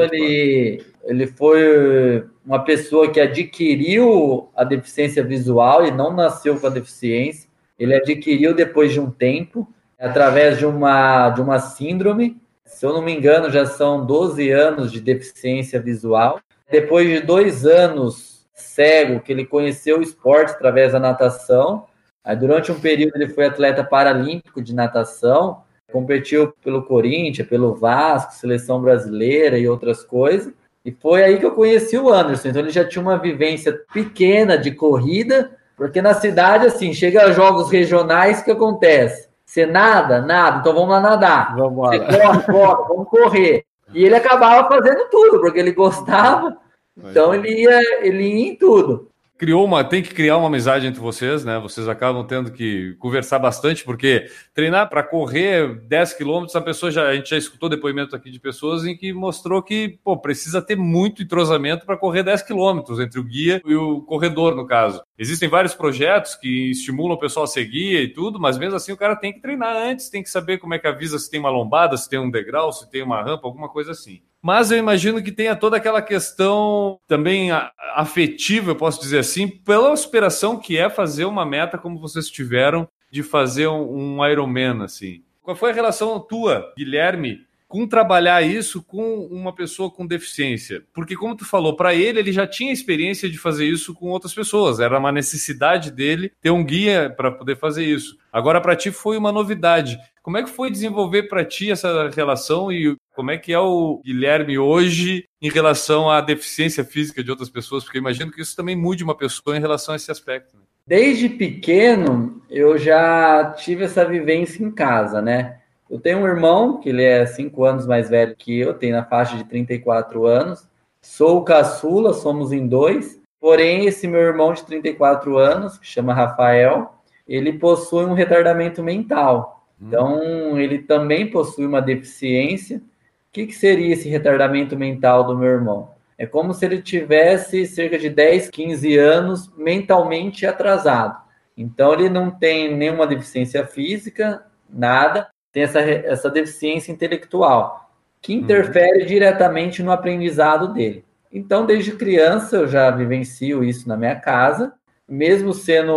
ele foi uma pessoa que adquiriu a deficiência visual e não nasceu com a deficiência. Ele adquiriu depois de um tempo, através de uma síndrome. Se eu não me engano, já são 12 anos de deficiência visual. Depois de 2 anos cego, que ele conheceu o esporte através da natação. Aí, durante um período, ele foi atleta paralímpico de natação, competiu pelo Corinthians, pelo Vasco, seleção brasileira e outras coisas. E foi aí que eu conheci o Anderson. Então, ele já tinha uma vivência pequena de corrida, porque na cidade, assim, chega a jogos regionais, o que acontece? Você nada, então vamos lá nadar. Vamos lá. Você corre, vamos correr. E ele acabava fazendo tudo, porque ele gostava, então ele ia em tudo. Tem que criar uma amizade entre vocês, né? Vocês acabam tendo que conversar bastante, porque treinar para correr 10 quilômetros, a gente já escutou depoimento aqui de pessoas em que mostrou que, precisa ter muito entrosamento para correr 10 quilômetros entre o guia e o corredor, no caso. Existem vários projetos que estimulam o pessoal a ser guia e tudo, mas mesmo assim o cara tem que treinar antes, tem que saber como é que avisa se tem uma lombada, se tem um degrau, se tem uma rampa, alguma coisa assim. Mas eu imagino que tenha toda aquela questão também afetiva, eu posso dizer assim, pela superação que é fazer uma meta como vocês tiveram de fazer um Ironman, assim. Qual foi a relação tua, Guilherme, com trabalhar isso com uma pessoa com deficiência? Porque, como tu falou, para ele já tinha experiência de fazer isso com outras pessoas. Era uma necessidade dele ter um guia para poder fazer isso. Agora, para ti, foi uma novidade. Como é que foi desenvolver para ti essa relação e como é que é o Guilherme hoje em relação à deficiência física de outras pessoas? Porque eu imagino que isso também mude uma pessoa em relação a esse aspecto, né? Desde pequeno, eu já tive essa vivência em casa, né? Eu tenho um irmão, que ele é 5 anos mais velho que eu, tem na faixa de 34 anos. Sou o caçula, somos em 2. Porém, esse meu irmão de 34 anos, que chama Rafael, ele possui um retardamento mental. Então, ele também possui uma deficiência. O que seria esse retardamento mental do meu irmão? É como se ele tivesse cerca de 10, 15 anos mentalmente atrasado. Então, ele não tem nenhuma deficiência física, nada. Tem essa deficiência intelectual, que interfere diretamente no aprendizado dele. Então, desde criança, eu já vivencio isso na minha casa. Mesmo sendo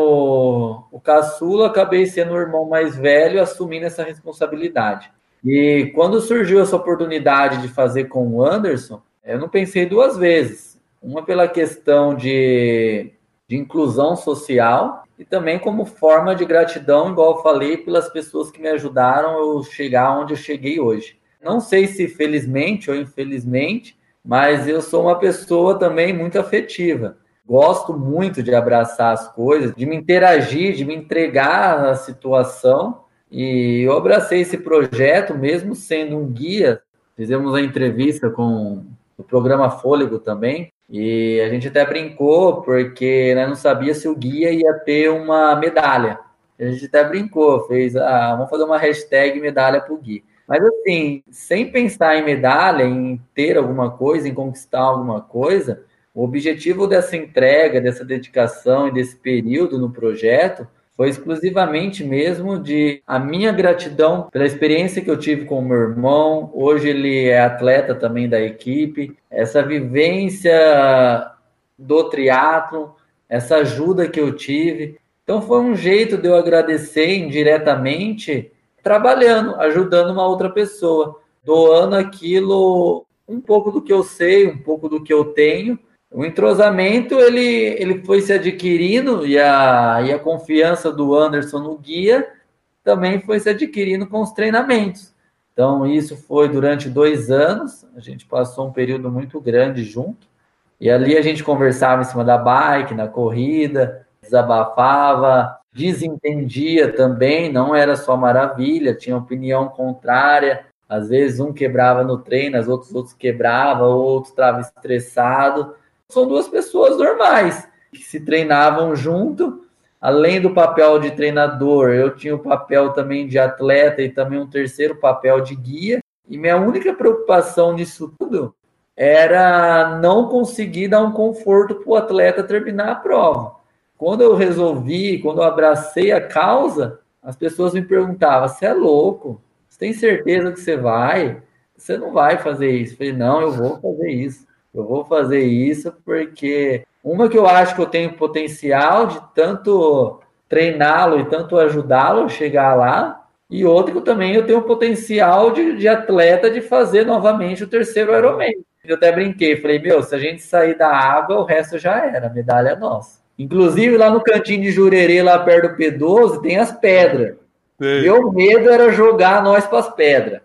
o caçula, acabei sendo o irmão mais velho, assumindo essa responsabilidade. E quando surgiu essa oportunidade de fazer com o Anderson, eu não pensei 2 vezes. Uma pela questão de inclusão social e também como forma de gratidão, igual eu falei, pelas pessoas que me ajudaram eu chegar onde eu cheguei hoje. Não sei se felizmente ou infelizmente, mas eu sou uma pessoa também muito afetiva. Gosto muito de abraçar as coisas, de me interagir, de me entregar à situação. E eu abracei esse projeto, mesmo sendo um guia. Fizemos a entrevista com o programa Fôlego também. E a gente até brincou, porque não sabia se o guia ia ter uma medalha. A gente até brincou, vamos fazer uma hashtag medalha pro guia. Mas assim, sem pensar em medalha, em ter alguma coisa, em conquistar alguma coisa, o objetivo dessa entrega, dessa dedicação e desse período no projeto foi exclusivamente mesmo de a minha gratidão pela experiência que eu tive com o meu irmão. Hoje ele é atleta também da equipe. Essa vivência do triatlon, essa ajuda que eu tive. Então foi um jeito de eu agradecer indiretamente, trabalhando, ajudando uma outra pessoa, doando aquilo, um pouco do que eu sei, um pouco do que eu tenho. O entrosamento, ele foi se adquirindo e a confiança do Anderson no guia também foi se adquirindo com os treinamentos. Então, isso foi durante 2 anos, a gente passou um período muito grande junto, e ali a gente conversava em cima da bike, na corrida, desabafava, desentendia também, não era só maravilha, tinha opinião contrária, às vezes um quebrava no treino, os outros quebravam, outro estava estressado. São 2 pessoas normais, que se treinavam junto. Além do papel de treinador, eu tinha o papel também de atleta e também um terceiro papel de guia. E minha única preocupação nisso tudo era não conseguir dar um conforto para o atleta terminar a prova. Quando eu abracei a causa, as pessoas me perguntavam, você é louco? Você tem certeza que você vai? Você não vai fazer isso. Eu falei, não, eu vou fazer isso. Eu vou fazer isso porque... Uma que eu acho que eu tenho potencial de tanto treiná-lo e tanto ajudá-lo a chegar lá, e outra que eu tenho potencial de atleta de fazer novamente o terceiro Ironman. Eu até brinquei, falei, se a gente sair da água, o resto já era, a medalha é nossa. Inclusive, lá no cantinho de Jurerê, lá perto do P12, tem as pedras. Sim. Meu medo era jogar nós para as pedras.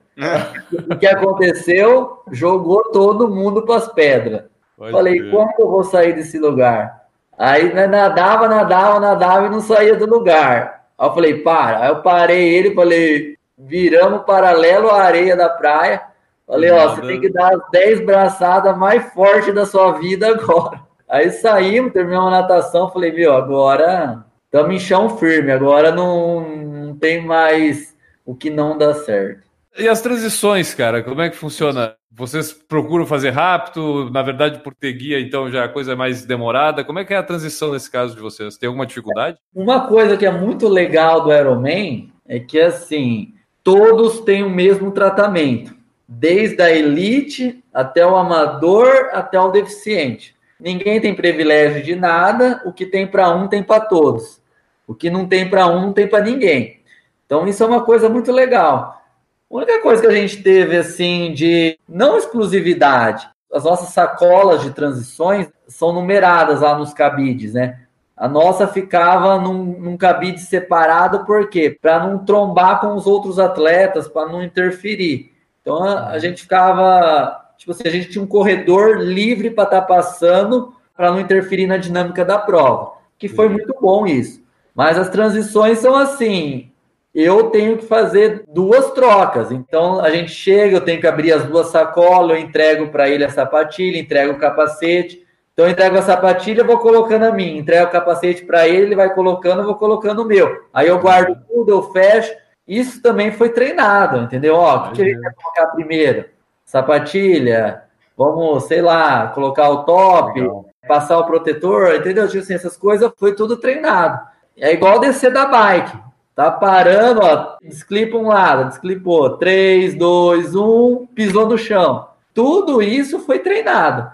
O que aconteceu? Jogou todo mundo para as pedras. Falei, como que eu vou sair desse lugar? Aí nadava e não saía do lugar. Aí eu falei, para. Aí eu parei ele, falei, viramos paralelo à areia da praia. Falei, você tem que dar as 10 braçadas mais fortes da sua vida agora. Aí saímos, terminamos a natação, falei, agora estamos em chão firme, agora não tem mais o que não dá certo. E as transições, cara, como é que funciona? Vocês procuram fazer rápido? Na verdade, por ter guia, então já a coisa é mais demorada. Como é que é a transição nesse caso de vocês? Tem alguma dificuldade? Uma coisa que é muito legal do Ironman é que, assim, todos têm o mesmo tratamento. Desde a elite até o amador, até o deficiente. Ninguém tem privilégio de nada. O que tem para um, tem para todos. O que não tem para um, não tem para ninguém. Então, isso é uma coisa muito legal. A única coisa que a gente teve, assim, de não exclusividade, as nossas sacolas de transições são numeradas lá nos cabides, né? A nossa ficava num cabide separado, por quê? Para não trombar com os outros atletas, para não interferir. Então, a gente ficava... Tipo assim, a gente tinha um corredor livre para estar passando, para não interferir na dinâmica da prova, que foi muito bom isso. Mas as transições são assim... Eu tenho que fazer 2 trocas. Então, a gente chega, eu tenho que abrir as 2 sacolas, eu entrego para ele a sapatilha, entrego o capacete. Então, eu entrego a sapatilha, vou colocando a minha. Entrego o capacete para ele, ele vai colocando, eu vou colocando o meu. Aí eu guardo tudo, eu fecho. Isso também foi treinado, entendeu? O que a gente vai colocar primeiro? Sapatilha, vamos, sei lá, colocar o top, passar o protetor, entendeu? Tipo assim, essas coisas foi tudo treinado. É igual descer da bike. Tá parando, desclipa um lado, desclipou, 3, 2, 1, pisou no chão. Tudo isso foi treinado.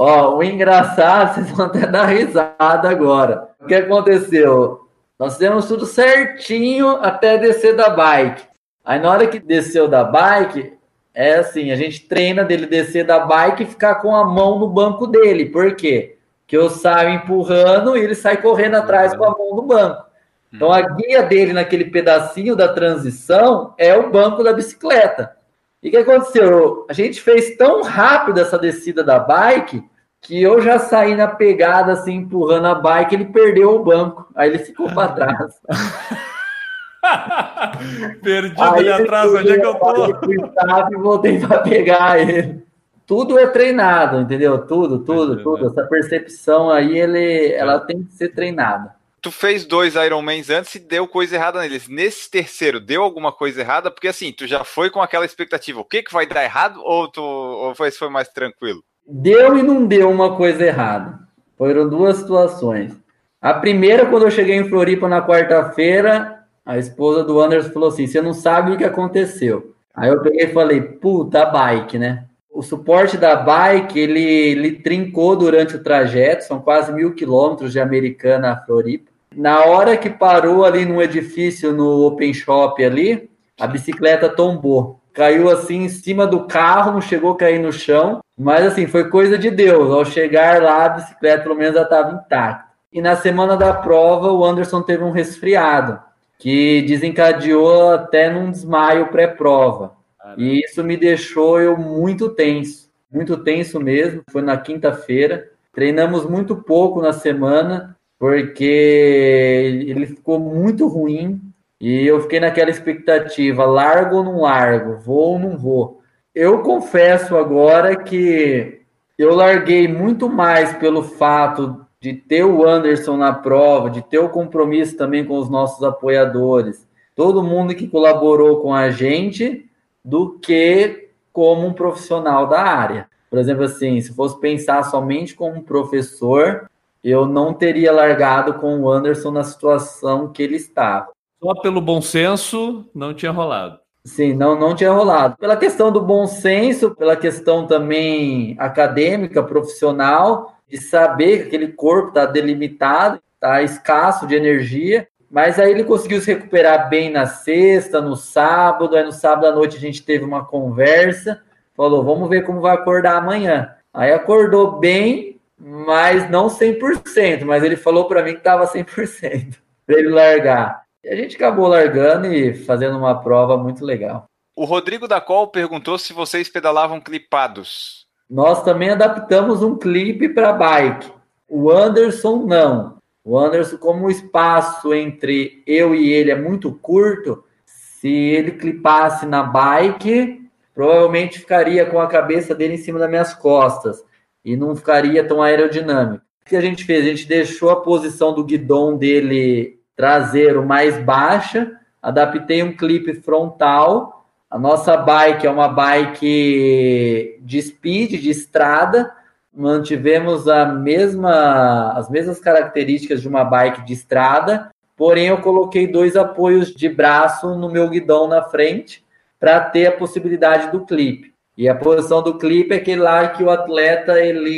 O engraçado, vocês vão até dar risada agora. O que aconteceu? Nós fizemos tudo certinho até descer da bike. Aí na hora que desceu da bike, é assim, a gente treina dele descer da bike e ficar com a mão no banco dele. Por quê? Porque eu saio empurrando e ele sai correndo atrás com a mão no banco. Então, a guia dele naquele pedacinho da transição é o banco da bicicleta. E o que aconteceu? A gente fez tão rápido essa descida da bike que eu já saí na pegada, assim, empurrando a bike, ele perdeu o banco. Aí ele ficou para trás. Perdido ali atrás, onde é que eu tô? E voltei para pegar ele. Tudo é treinado, entendeu? Tudo. Essa percepção aí, ela tem que ser treinada. Tu fez 2 Ironmans antes e deu coisa errada neles. Nesse terceiro, deu alguma coisa errada? Porque assim, tu já foi com aquela expectativa, o que vai dar errado? Ou foi mais tranquilo? Deu e não deu uma coisa errada. Foram 2 situações. A primeira, quando eu cheguei em Floripa na quarta-feira, a esposa do Anderson falou assim, você não sabe o que aconteceu. Aí eu peguei e falei, puta, a bike, né? O suporte da bike, ele trincou durante o trajeto, são quase 1.000 quilômetros de Americana a Floripa. Na hora que parou ali num edifício, no Open Shop ali, a bicicleta tombou. Caiu assim em cima do carro, não chegou a cair no chão, mas assim, foi coisa de Deus. Ao chegar lá, a bicicleta pelo menos já estava intacta. E na semana da prova, o Anderson teve um resfriado, que desencadeou até num desmaio pré-prova. E isso me deixou eu muito tenso mesmo. Foi na quinta-feira. Treinamos muito pouco na semana, porque ele ficou muito ruim. E eu fiquei naquela expectativa, largo ou não largo, vou ou não vou. Eu confesso agora que eu larguei muito mais pelo fato de ter o Anderson na prova, de ter o compromisso também com os nossos apoiadores, todo mundo que colaborou com a gente, do que como um profissional da área. Por exemplo, assim, se fosse pensar somente como um professor, eu não teria largado com o Anderson na situação que ele estava. Só pelo bom senso, não tinha rolado. Sim, não tinha rolado. Pela questão do bom senso, pela questão também acadêmica, profissional, de saber que aquele corpo está delimitado, está escasso de energia, mas aí ele conseguiu se recuperar bem na sexta, no sábado, aí no sábado à noite a gente teve uma conversa, falou, vamos ver como vai acordar amanhã. Aí acordou bem, mas não 100%, mas ele falou para mim que estava 100% para ele largar. E a gente acabou largando e fazendo uma prova muito legal. O Rodrigo da Col perguntou se vocês pedalavam clipados. Nós também adaptamos um clipe para bike. O Anderson não. O Anderson, como o espaço entre eu e ele é muito curto, se ele clipasse na bike, provavelmente ficaria com a cabeça dele em cima das minhas costas e não ficaria tão aerodinâmico. O que a gente fez? A gente deixou a posição do guidão dele traseiro mais baixa, adaptei um clipe frontal. A nossa bike é uma bike de speed, de estrada, mantivemos as mesmas características de uma bike de estrada, porém eu coloquei 2 apoios de braço no meu guidão na frente para ter a possibilidade do clipe. E a posição do clipe é aquele lá que o atleta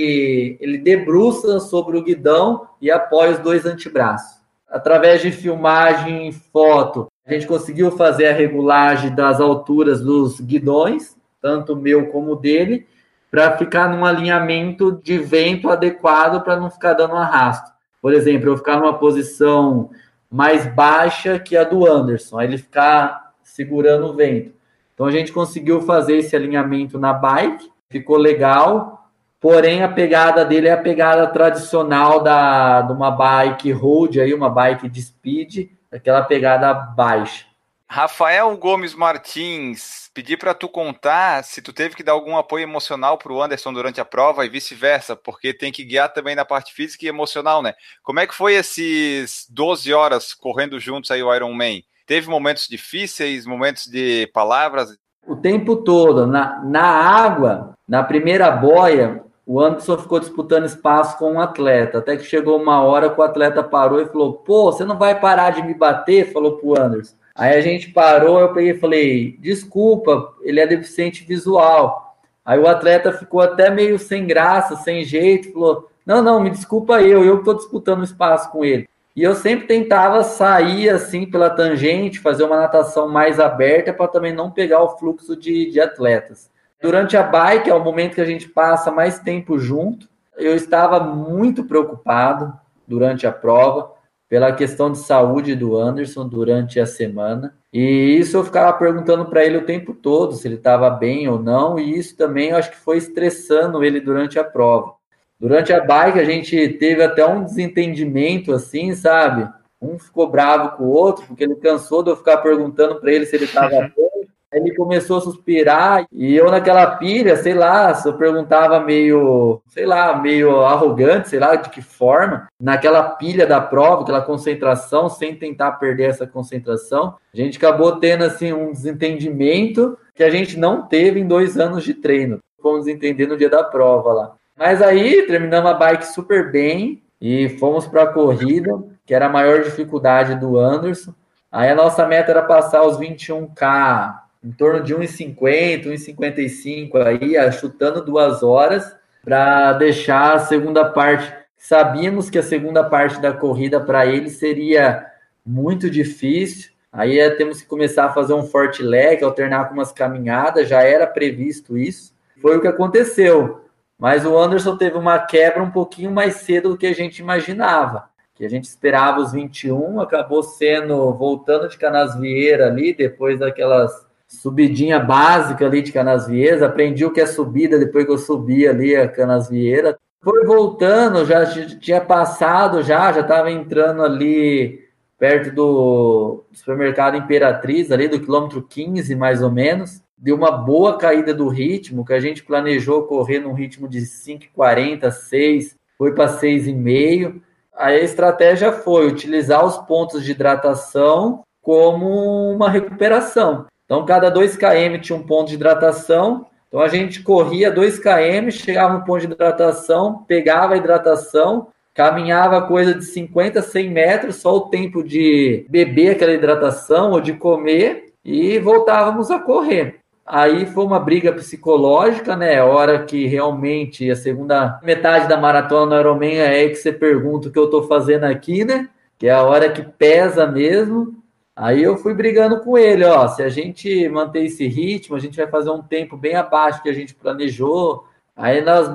ele debruça sobre o guidão e apoia os 2 antebraços. Através de filmagem e foto, a gente conseguiu fazer a regulagem das alturas dos guidões, tanto o meu como o dele, para ficar num alinhamento de vento adequado para não ficar dando arrasto. Por exemplo, eu ficar numa posição mais baixa que a do Anderson, aí ele ficar segurando o vento. Então a gente conseguiu fazer esse alinhamento na bike, ficou legal. Porém, a pegada dele é a pegada tradicional de uma bike road, aí, uma bike de speed, aquela pegada baixa. Rafael Gomes Martins, pedi para tu contar se tu teve que dar algum apoio emocional para o Anderson durante a prova e vice-versa, porque tem que guiar também na parte física e emocional, né? Como é que foi esses 12 horas correndo juntos aí o Ironman? Teve momentos difíceis, momentos de palavras? O tempo todo, na água, na primeira boia, o Anderson ficou disputando espaço com um atleta, até que chegou uma hora que o atleta parou e falou, pô, você não vai parar de me bater? Falou pro Anderson. Aí a gente parou, eu peguei e falei, desculpa, ele é deficiente visual. Aí o atleta ficou até meio sem graça, sem jeito, falou, não, me desculpa eu que estou disputando espaço com ele. E eu sempre tentava sair assim pela tangente, fazer uma natação mais aberta para também não pegar o fluxo de atletas. Durante a bike, é o momento que a gente passa mais tempo junto. Eu estava muito preocupado durante a prova pela questão de saúde do Anderson durante a semana. E isso eu ficava perguntando para ele o tempo todo, se ele estava bem ou não. E isso também eu acho que foi estressando ele durante a prova. Durante a bike, a gente teve até um desentendimento, assim, sabe? Um ficou bravo com o outro, porque ele cansou de eu ficar perguntando para ele se ele estava bem. Aí ele começou a suspirar e eu naquela pilha, sei lá, se eu perguntava meio arrogante, sei lá de que forma, naquela pilha da prova, aquela concentração, sem tentar perder essa concentração, a gente acabou tendo assim um desentendimento que a gente não teve em 2 anos de treino. Fomos entender no dia da prova lá. Mas aí terminamos a bike super bem e fomos para a corrida, que era a maior dificuldade do Anderson. Aí a nossa meta era passar os 21K em torno de 1,50, 1,55 aí, chutando 2 horas, para deixar a segunda parte. Sabíamos que a segunda parte da corrida para ele seria muito difícil. Aí temos que começar a fazer um forte leg, alternar com umas caminhadas, já era previsto isso. Foi o que aconteceu. Mas o Anderson teve uma quebra um pouquinho mais cedo do que a gente imaginava. Que a gente esperava os 21, acabou sendo voltando de Canasvieira ali, depois daquelas subidinha básica ali de Canasvieiras, aprendi o que é subida depois que eu subi ali a Canasvieiras. Foi voltando, já tinha passado, já estava entrando ali perto do supermercado Imperatriz, ali do quilômetro 15, mais ou menos. Deu uma boa caída do ritmo, que a gente planejou correr num ritmo de 5,40, 6, foi para 6,5. Aí a estratégia foi utilizar os pontos de hidratação como uma recuperação. Então, cada 2 km tinha um ponto de hidratação. Então, a gente corria 2 km, chegava no ponto de hidratação, pegava a hidratação, caminhava coisa de 50, 100 metros, só o tempo de beber aquela hidratação ou de comer, e voltávamos a correr. Aí foi uma briga psicológica, né? A hora que realmente a segunda metade da maratona no Ironman é aí que você pergunta o que eu tô fazendo aqui, né? Que é a hora que pesa mesmo. Aí eu fui brigando com ele, ó, se a gente manter esse ritmo, a gente vai fazer um tempo bem abaixo do que a gente planejou. Aí nós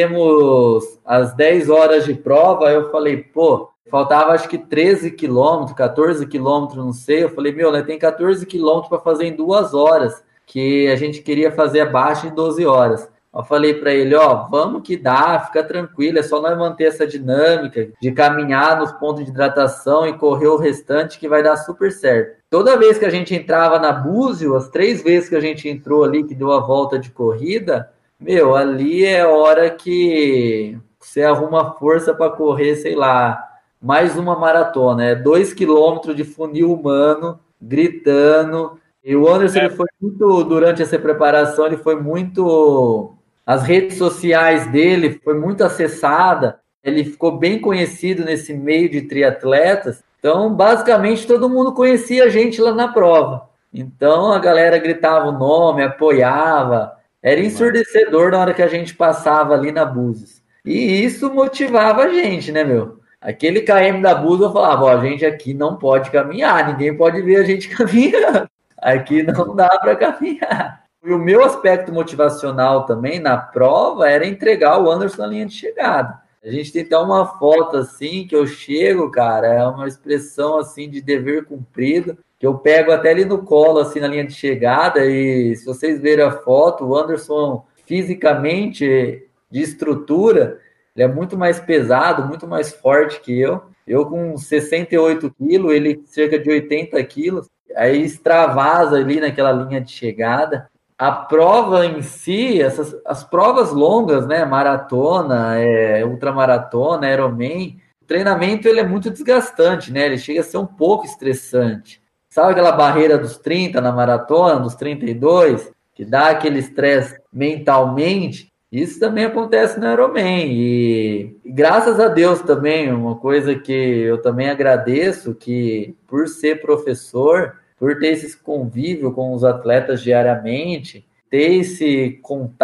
batemos as 10 horas de prova, aí eu falei, pô, faltava acho que 13 quilômetros, 14 quilômetros, não sei. Eu falei, meu, né, tem 14 quilômetros para fazer em 2 horas, que a gente queria fazer abaixo em 12 horas. Eu falei para ele, ó, vamos que dá, fica tranquilo, é só nós manter essa dinâmica de caminhar nos pontos de hidratação e correr o restante que vai dar super certo. Toda vez que a gente entrava na Búzio, as 3 vezes que a gente entrou ali, que deu a volta de corrida, meu, ali é hora que você arruma força para correr, sei lá, mais uma maratona, 2 quilômetros de funil humano, gritando. E o Anderson, ele foi muito, durante essa preparação, ele foi muito... As redes sociais dele foi muito acessada, ele ficou bem conhecido nesse meio de triatletas, então basicamente todo mundo conhecia a gente lá na prova. Então a galera gritava o nome, apoiava, era ensurdecedor na hora que a gente passava ali na Búzios. E isso motivava a gente, né, meu? Aquele KM da Búzios eu falava, ó, a gente aqui não pode caminhar, ninguém pode ver a gente caminhando, aqui não dá para caminhar. E o meu aspecto motivacional também na prova era entregar o Anderson na linha de chegada. A gente tem até uma foto assim, que eu chego, cara, é uma expressão assim de dever cumprido, que eu pego até ali no colo, assim, na linha de chegada, e se vocês verem a foto, o Anderson, fisicamente, de estrutura, ele é muito mais pesado, muito mais forte que eu. Eu com 68 quilos, ele cerca de 80 quilos, aí extravasa ali naquela linha de chegada. A prova em si, as provas longas, né, maratona, ultramaratona, Ironman, o treinamento ele é muito desgastante, né, ele chega a ser um pouco estressante. Sabe aquela barreira dos 30 na maratona, dos 32, que dá aquele estresse mentalmente? Isso também acontece no Ironman, e graças a Deus também, uma coisa que eu também agradeço, que por ser professor, por ter esse convívio com os atletas diariamente, ter esse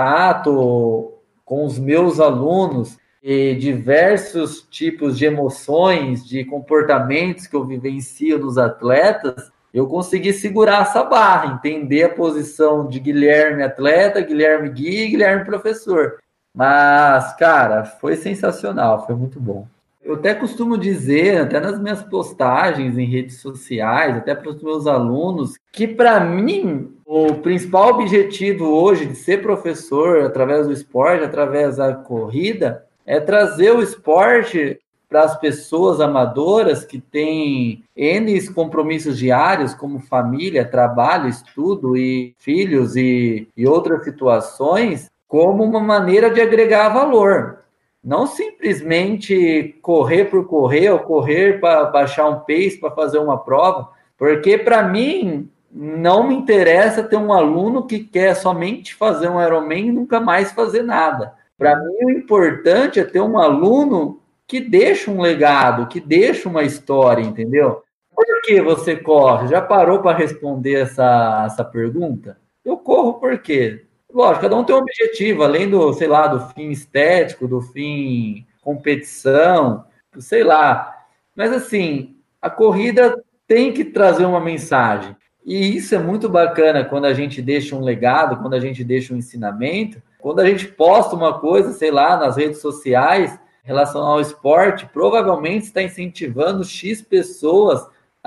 contato com os meus alunos e diversos tipos de emoções, de comportamentos que eu vivencio nos atletas, eu consegui segurar essa barra, entender a posição de Guilherme atleta, Guilherme guia e Guilherme professor. Mas, cara, foi sensacional, foi muito bom. Eu até costumo dizer, até nas minhas postagens em redes sociais, até para os meus alunos, que para mim o principal objetivo hoje de ser professor através do esporte, através da corrida, é trazer o esporte para as pessoas amadoras que têm N compromissos diários, como família, trabalho, estudo e filhos e outras situações, como uma maneira de agregar valor. Não simplesmente correr por correr ou correr para baixar um pace para fazer uma prova, porque para mim não me interessa ter um aluno que quer somente fazer um Ironman e nunca mais fazer nada. Para mim o importante é ter um aluno que deixa um legado, que deixa uma história, entendeu? Por que você corre? Já parou para responder essa pergunta? Eu corro por quê? Lógico, cada um tem um objetivo, além do, sei lá, do fim estético, do fim competição, sei lá. Mas, assim, a corrida tem que trazer uma mensagem. E isso é muito bacana quando a gente deixa um legado, quando a gente deixa um ensinamento, quando a gente posta uma coisa, sei lá, nas redes sociais, em relação ao esporte, provavelmente está incentivando X pessoas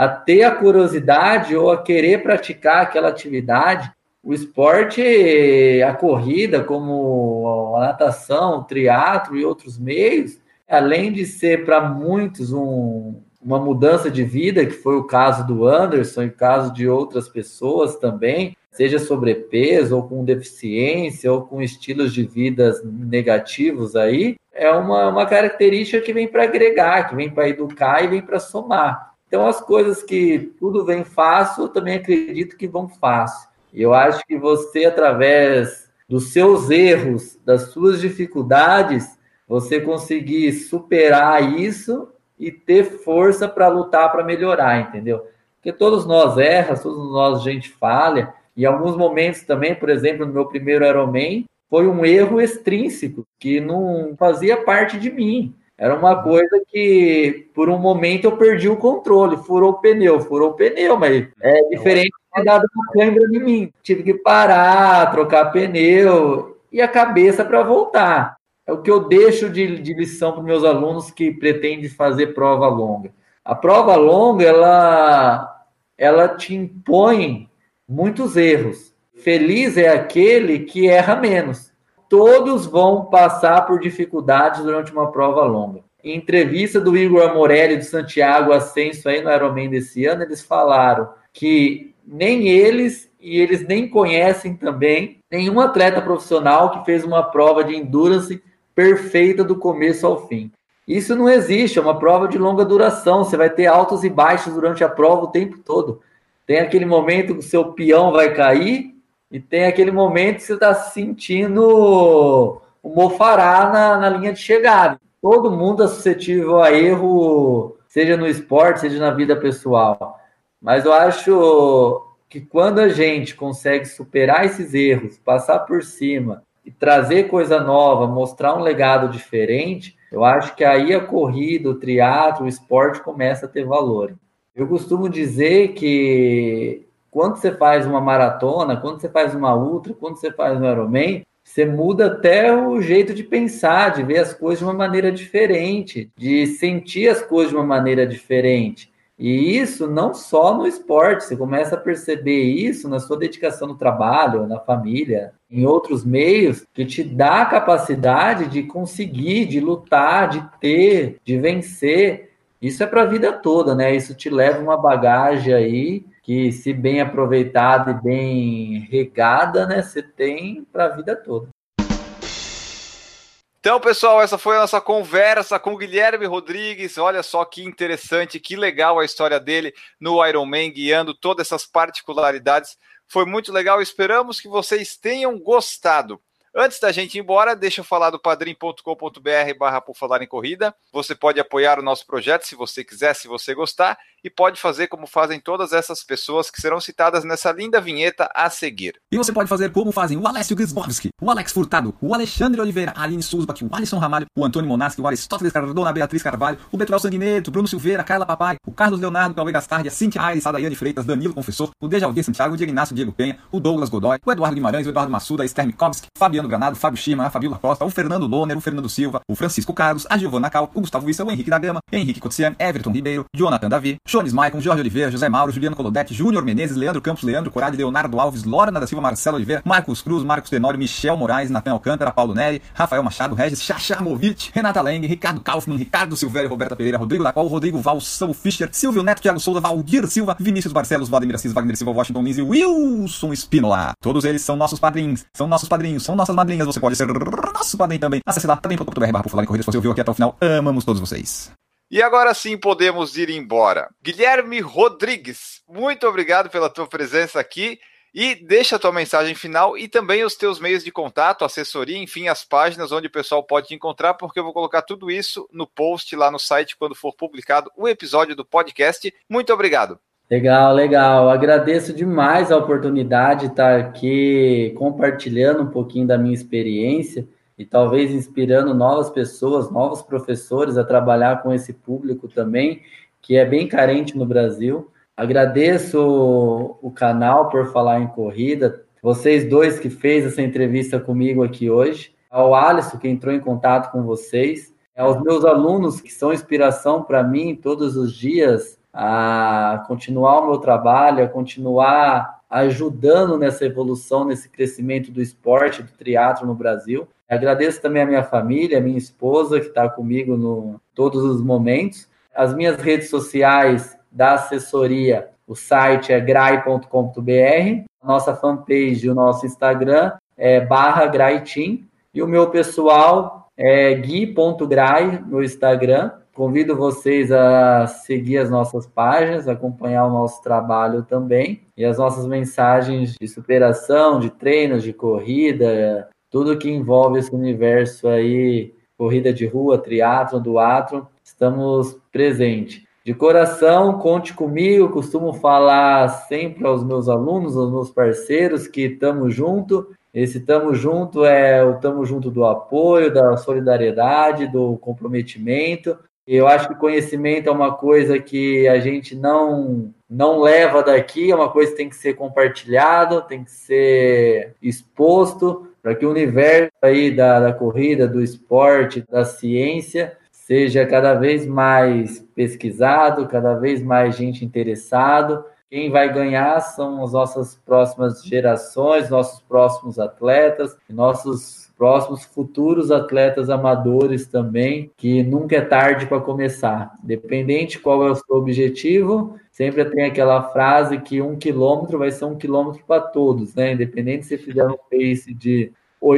a ter a curiosidade ou a querer praticar aquela atividade. O esporte, a corrida, como a natação, o triatlo e outros meios, além de ser para muitos uma mudança de vida, que foi o caso do Anderson e o caso de outras pessoas também, seja sobrepeso ou com deficiência ou com estilos de vida negativos aí, é uma característica que vem para agregar, que vem para educar e vem para somar. Então, as coisas que tudo vem fácil, eu também acredito que vão fácil. E eu acho que você, através dos seus erros, das suas dificuldades, você conseguir superar isso e ter força para lutar, para melhorar, entendeu? Porque todos nós erramos, todos nós a gente falha, e em alguns momentos também, por exemplo, no meu primeiro Ironman, foi um erro extrínseco, que não fazia parte de mim. Era uma coisa que, por um momento, eu perdi o controle, furou o pneu, mas é diferente de ter dado uma câimbra em mim. Tive que parar, trocar pneu e a cabeça para voltar. É o que eu deixo de lição para os meus alunos que pretendem fazer prova longa. A prova longa, ela te impõe muitos erros. Feliz é aquele que erra menos. Todos vão passar por dificuldades durante uma prova longa. Em entrevista do Igor Amorelli do Santiago Ascenso aí no Ironman desse ano, eles falaram que nem eles, e eles nem conhecem também, nenhum atleta profissional que fez uma prova de endurance perfeita do começo ao fim. Isso não existe, é uma prova de longa duração, você vai ter altos e baixos durante a prova o tempo todo. Tem aquele momento que o seu peão vai cair e tem aquele momento que você está sentindo o mofará na linha de chegada. Todo mundo é suscetível a erro, seja no esporte, seja na vida pessoal. Mas eu acho que quando a gente consegue superar esses erros, passar por cima e trazer coisa nova, mostrar um legado diferente, eu acho que aí a corrida, o triatlo, o esporte começa a ter valor. Eu costumo dizer que quando você faz uma maratona, quando você faz uma ultra, quando você faz um Ironman, você muda até o jeito de pensar, de ver as coisas de uma maneira diferente, de sentir as coisas de uma maneira diferente. E isso não só no esporte, você começa a perceber isso na sua dedicação no trabalho, na família, em outros meios, que te dá a capacidade de conseguir, de lutar, de ter, de vencer. Isso é para a vida toda, né? Isso te leva uma bagagem aí que, se bem aproveitada e bem regada, né, você tem para a vida toda. Então, pessoal, essa foi a nossa conversa com o Guilherme Rodrigues. Olha só que interessante, que legal a história dele no Ironman, guiando todas essas particularidades. Foi muito legal, esperamos que vocês tenham gostado. Antes da gente ir embora, deixa eu falar do padrim.com.br/Por Falar em Corrida. Você pode apoiar o nosso projeto se você quiser, se você gostar, e pode fazer como fazem todas essas pessoas que serão citadas nessa linda vinheta a seguir. E você pode fazer como fazem o Alessio Grisbowski, o Alex Furtado, o Alexandre Oliveira, a Aline Susbach, o Alisson Ramalho, o Antônio Monaschi, o Aristóteles Cardona, a Beatriz Carvalho, o Betuel Sanguineto, o Bruno Silveira, a Carla Papai, o Carlos Leonardo, o Cauê Gastardi, a Cintia Aires, a Daiane Freitas, Danilo Confessor, o Dejaldir Santiago, o Diego Inácio, Diego Penha, o Douglas Godoy, o Eduardo Guimarães, o Eduardo Massuda, a Esther Mikovski, Fabiano Granado, Fábio Schima, a Fabiola Costa, o Fernando Loner, o Fernando Silva, o Francisco Carlos, a Giovana Cal, o Gustavo Issa, o Henrique da Gama, Henrique Cotsian, Everton Ribeiro, Jonathan Davi, Jones Maicon, Jorge Oliveira, José Mauro, Juliano Colodete, Júnior Menezes, Leandro Campos, Leandro Corade, Leonardo Alves, Lorna da Silva, Marcelo Oliveira, Marcos Cruz, Marcos Tenório, Michel Moraes, Natan Alcântara, Paulo Neri, Rafael Machado, Regis Chachamovic, Renata Leng, Ricardo Kaufmann, Ricardo Silvério, Roberta Pereira, Rodrigo Lacol, Rodrigo Valsão Fischer, Silvio Neto, Thiago Souza, Valdir Silva, Vinícius Barcelos, Vladimir Assis, Wagner Silva, Washington Lins e Wilson Espínola. Todos eles são nossos padrinhos, são nossas madrinhas. Você pode ser nosso padrinho também. Acesse lá, padrim.com.br/Por Falar em Corrida. Se você ouviu aqui até o final, amamos todos vocês. E agora sim podemos ir embora. Guilherme Rodrigues, muito obrigado pela tua presença aqui. E deixa a tua mensagem final e também os teus meios de contato, assessoria, enfim, as páginas onde o pessoal pode te encontrar, porque eu vou colocar tudo isso no post lá no site quando for publicado o episódio do podcast. Muito obrigado. Legal. Agradeço demais a oportunidade de estar aqui compartilhando um pouquinho da minha experiência e talvez inspirando novas pessoas, novos professores a trabalhar com esse público também, que é bem carente no Brasil. Agradeço o canal Por Falar em Corrida, vocês dois que fez essa entrevista comigo aqui hoje, ao Alisson que entrou em contato com vocês, aos meus alunos que são inspiração para mim todos os dias, a continuar o meu trabalho, a continuar ajudando nessa evolução, nesse crescimento do esporte, do triatlo no Brasil. Agradeço também a minha família, a minha esposa, que está comigo em todos os momentos. As minhas redes sociais da assessoria, o site é grai.com.br, a nossa fanpage, o nosso Instagram é /graitim, e o meu pessoal é gui.grai no Instagram. Convido vocês a seguir as nossas páginas, acompanhar o nosso trabalho também, e as nossas mensagens de superação, de treinos, de corrida, tudo que envolve esse universo aí, corrida de rua, triatlo, duatlo, estamos presentes. De coração, conte comigo, costumo falar sempre aos meus alunos, aos meus parceiros, que estamos junto. Esse estamos junto é o estamos junto do apoio, da solidariedade, do comprometimento. Eu acho que conhecimento é uma coisa que a gente não leva daqui, é uma coisa que tem que ser compartilhado, tem que ser exposto, para que o universo aí da corrida, do esporte, da ciência, seja cada vez mais pesquisado, cada vez mais gente interessado. Quem vai ganhar são as nossas próximas gerações, nossos próximos atletas, nossos próximos futuros atletas amadores também, que nunca é tarde para começar. Independente qual é o seu objetivo, sempre tem aquela frase que 1 quilômetro vai ser 1 quilômetro para todos, né? Independente se você fizer um pace de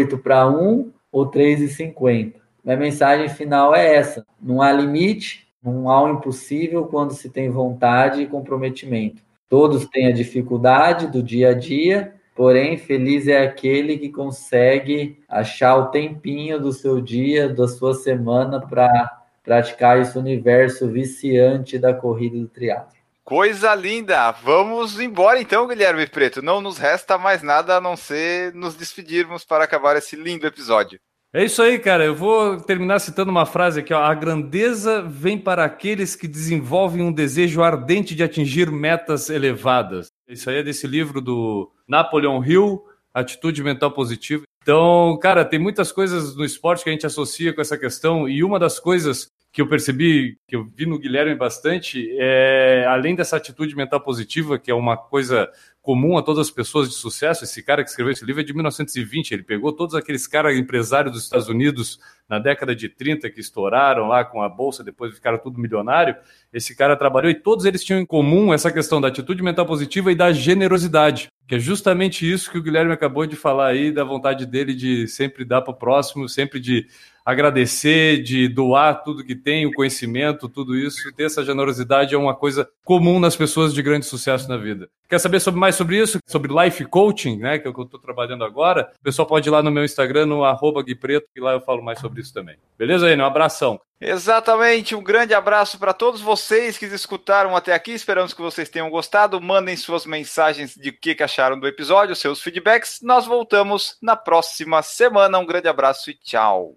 8:1 ou 3:50. Minha mensagem final é essa: não há limite, não há o impossível quando se tem vontade e comprometimento. Todos têm a dificuldade do dia a dia, porém, feliz é aquele que consegue achar o tempinho do seu dia, da sua semana, para praticar esse universo viciante da corrida do triatlo. Coisa linda! Vamos embora então, Guilherme Preto. Não nos resta mais nada a não ser nos despedirmos para acabar esse lindo episódio. É isso aí, cara. Eu vou terminar citando uma frase aqui, ó. A grandeza vem para aqueles que desenvolvem um desejo ardente de atingir metas elevadas. Isso aí é desse livro do Napoleon Hill, Atitude Mental Positiva. Então, cara, tem muitas coisas no esporte que a gente associa com essa questão, e uma das coisas que eu percebi, que eu vi no Guilherme bastante, além dessa atitude mental positiva, que é uma coisa comum a todas as pessoas de sucesso. Esse cara que escreveu esse livro é de 1920, ele pegou todos aqueles caras empresários dos Estados Unidos na década de 30 que estouraram lá com a bolsa, depois ficaram tudo milionário. Esse cara trabalhou e todos eles tinham em comum essa questão da atitude mental positiva e da generosidade, que é justamente isso que o Guilherme acabou de falar aí, da vontade dele de sempre dar para o próximo, sempre de agradecer, de doar tudo que tem, o conhecimento, tudo isso. Ter essa generosidade é uma coisa comum nas pessoas de grande sucesso na vida. Quer saber mais sobre isso? Sobre life coaching, né, que é o que eu estou trabalhando agora? O pessoal pode ir lá no meu Instagram, no @guipreto, que lá eu falo mais sobre isso também. Beleza, Enio? Um abração. Exatamente, um grande abraço para todos vocês que escutaram até aqui. Esperamos que vocês tenham gostado. Mandem suas mensagens de o que acharam do episódio, seus feedbacks. Nós voltamos na próxima semana. Um grande abraço e tchau.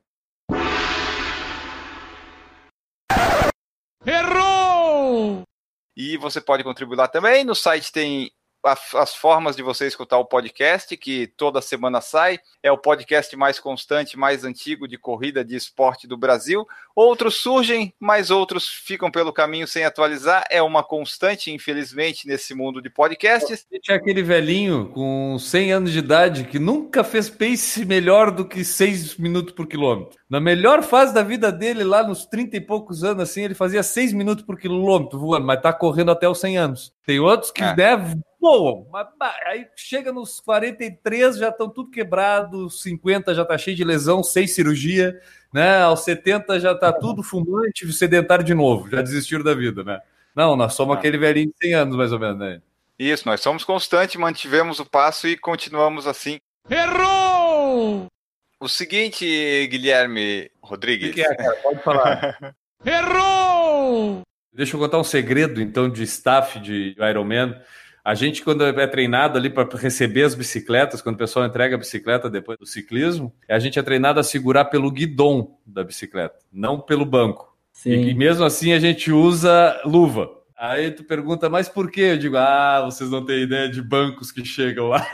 Errou! E você pode contribuir lá também. No site tem as formas de você escutar o podcast, que toda semana sai. É o podcast mais constante, mais antigo de corrida de esporte do Brasil. Outros surgem, mas outros ficam pelo caminho sem atualizar. É uma constante, infelizmente, nesse mundo de podcasts. Tinha aquele velhinho com 100 anos de idade que nunca fez pace melhor do que 6 minutos por quilômetro. Na melhor fase da vida dele, lá nos 30 e poucos anos, assim, ele fazia 6 minutos por quilômetro voando, mas tá correndo até os 100 anos. Tem outros que voam, mas aí chega nos 43, já estão tudo quebrado, 50 já tá cheio de lesão, 6 cirurgia, né? Aos 70 já tá tudo fumante, sedentário de novo, já desistiram da vida, né? Não, nós somos aquele velhinho de 100 anos, mais ou menos, né? Isso, nós somos constantes, mantivemos o passo e continuamos assim. Errou! O seguinte, Guilherme Rodrigues. O que é, cara? Pode falar. Errou! Deixa eu contar um segredo, então, de staff de Ironman. A gente, quando é treinado ali para receber as bicicletas, quando o pessoal entrega a bicicleta depois do ciclismo, a gente é treinado a segurar pelo guidão da bicicleta, não pelo banco. E mesmo assim a gente usa luva. Aí tu pergunta, mas por quê? Eu digo, vocês não têm ideia de bancos que chegam lá.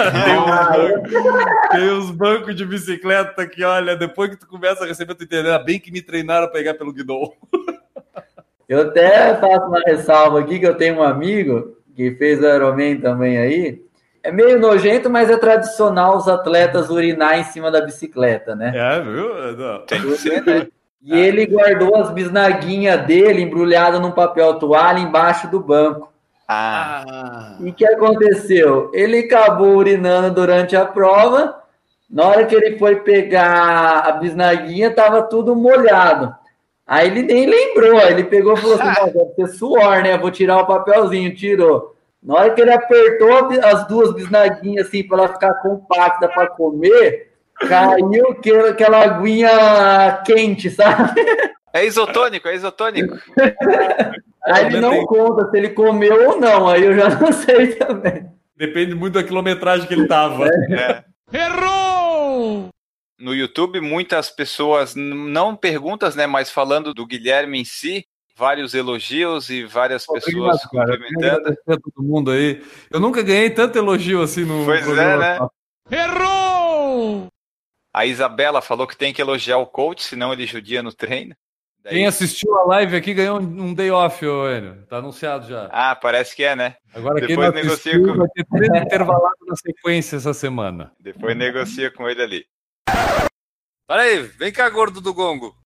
Tem uns bancos de bicicleta que, olha, depois que tu começa a receber, tu entendendo, bem que me treinaram a pegar pelo guidão. Eu até faço uma ressalva aqui, que eu tenho um amigo que fez o Ironman também aí. É meio nojento, mas é tradicional os atletas urinar em cima da bicicleta, né? Viu? Não. Tem que ser, né? E ele guardou as bisnaguinhas dele embrulhadas num papel toalha embaixo do banco. E o que aconteceu? Ele acabou urinando durante a prova. Na hora que ele foi pegar a bisnaguinha, estava tudo molhado. Aí ele nem lembrou. Aí ele pegou e falou assim, deve ser suor, né? Vou tirar o papelzinho. Tirou. Na hora que ele apertou as duas bisnaguinhas assim para ela ficar compacta para comer, caiu aquela aguinha quente, sabe? É isotônico, é isotônico. Aí ele não conta se ele comeu ou não, aí eu já não sei também. Depende muito da quilometragem que ele tava. Errou! No YouTube, muitas pessoas, não perguntas, né, mas falando do Guilherme em si, vários elogios e várias pessoas cumprimentando. Todo mundo aí. Eu nunca ganhei tanto elogio assim no programa. É, né? Errou! A Isabela falou que tem que elogiar o coach, senão ele judia no treino. Daí... Quem assistiu a live aqui ganhou um day off, Enio. Tá anunciado já. Ah, parece que é, né? Agora depois quem não assistiu, vai ter 3 intervalados na sequência essa semana. Depois negocia com ele ali. Olha aí, vem cá, gordo do gongo.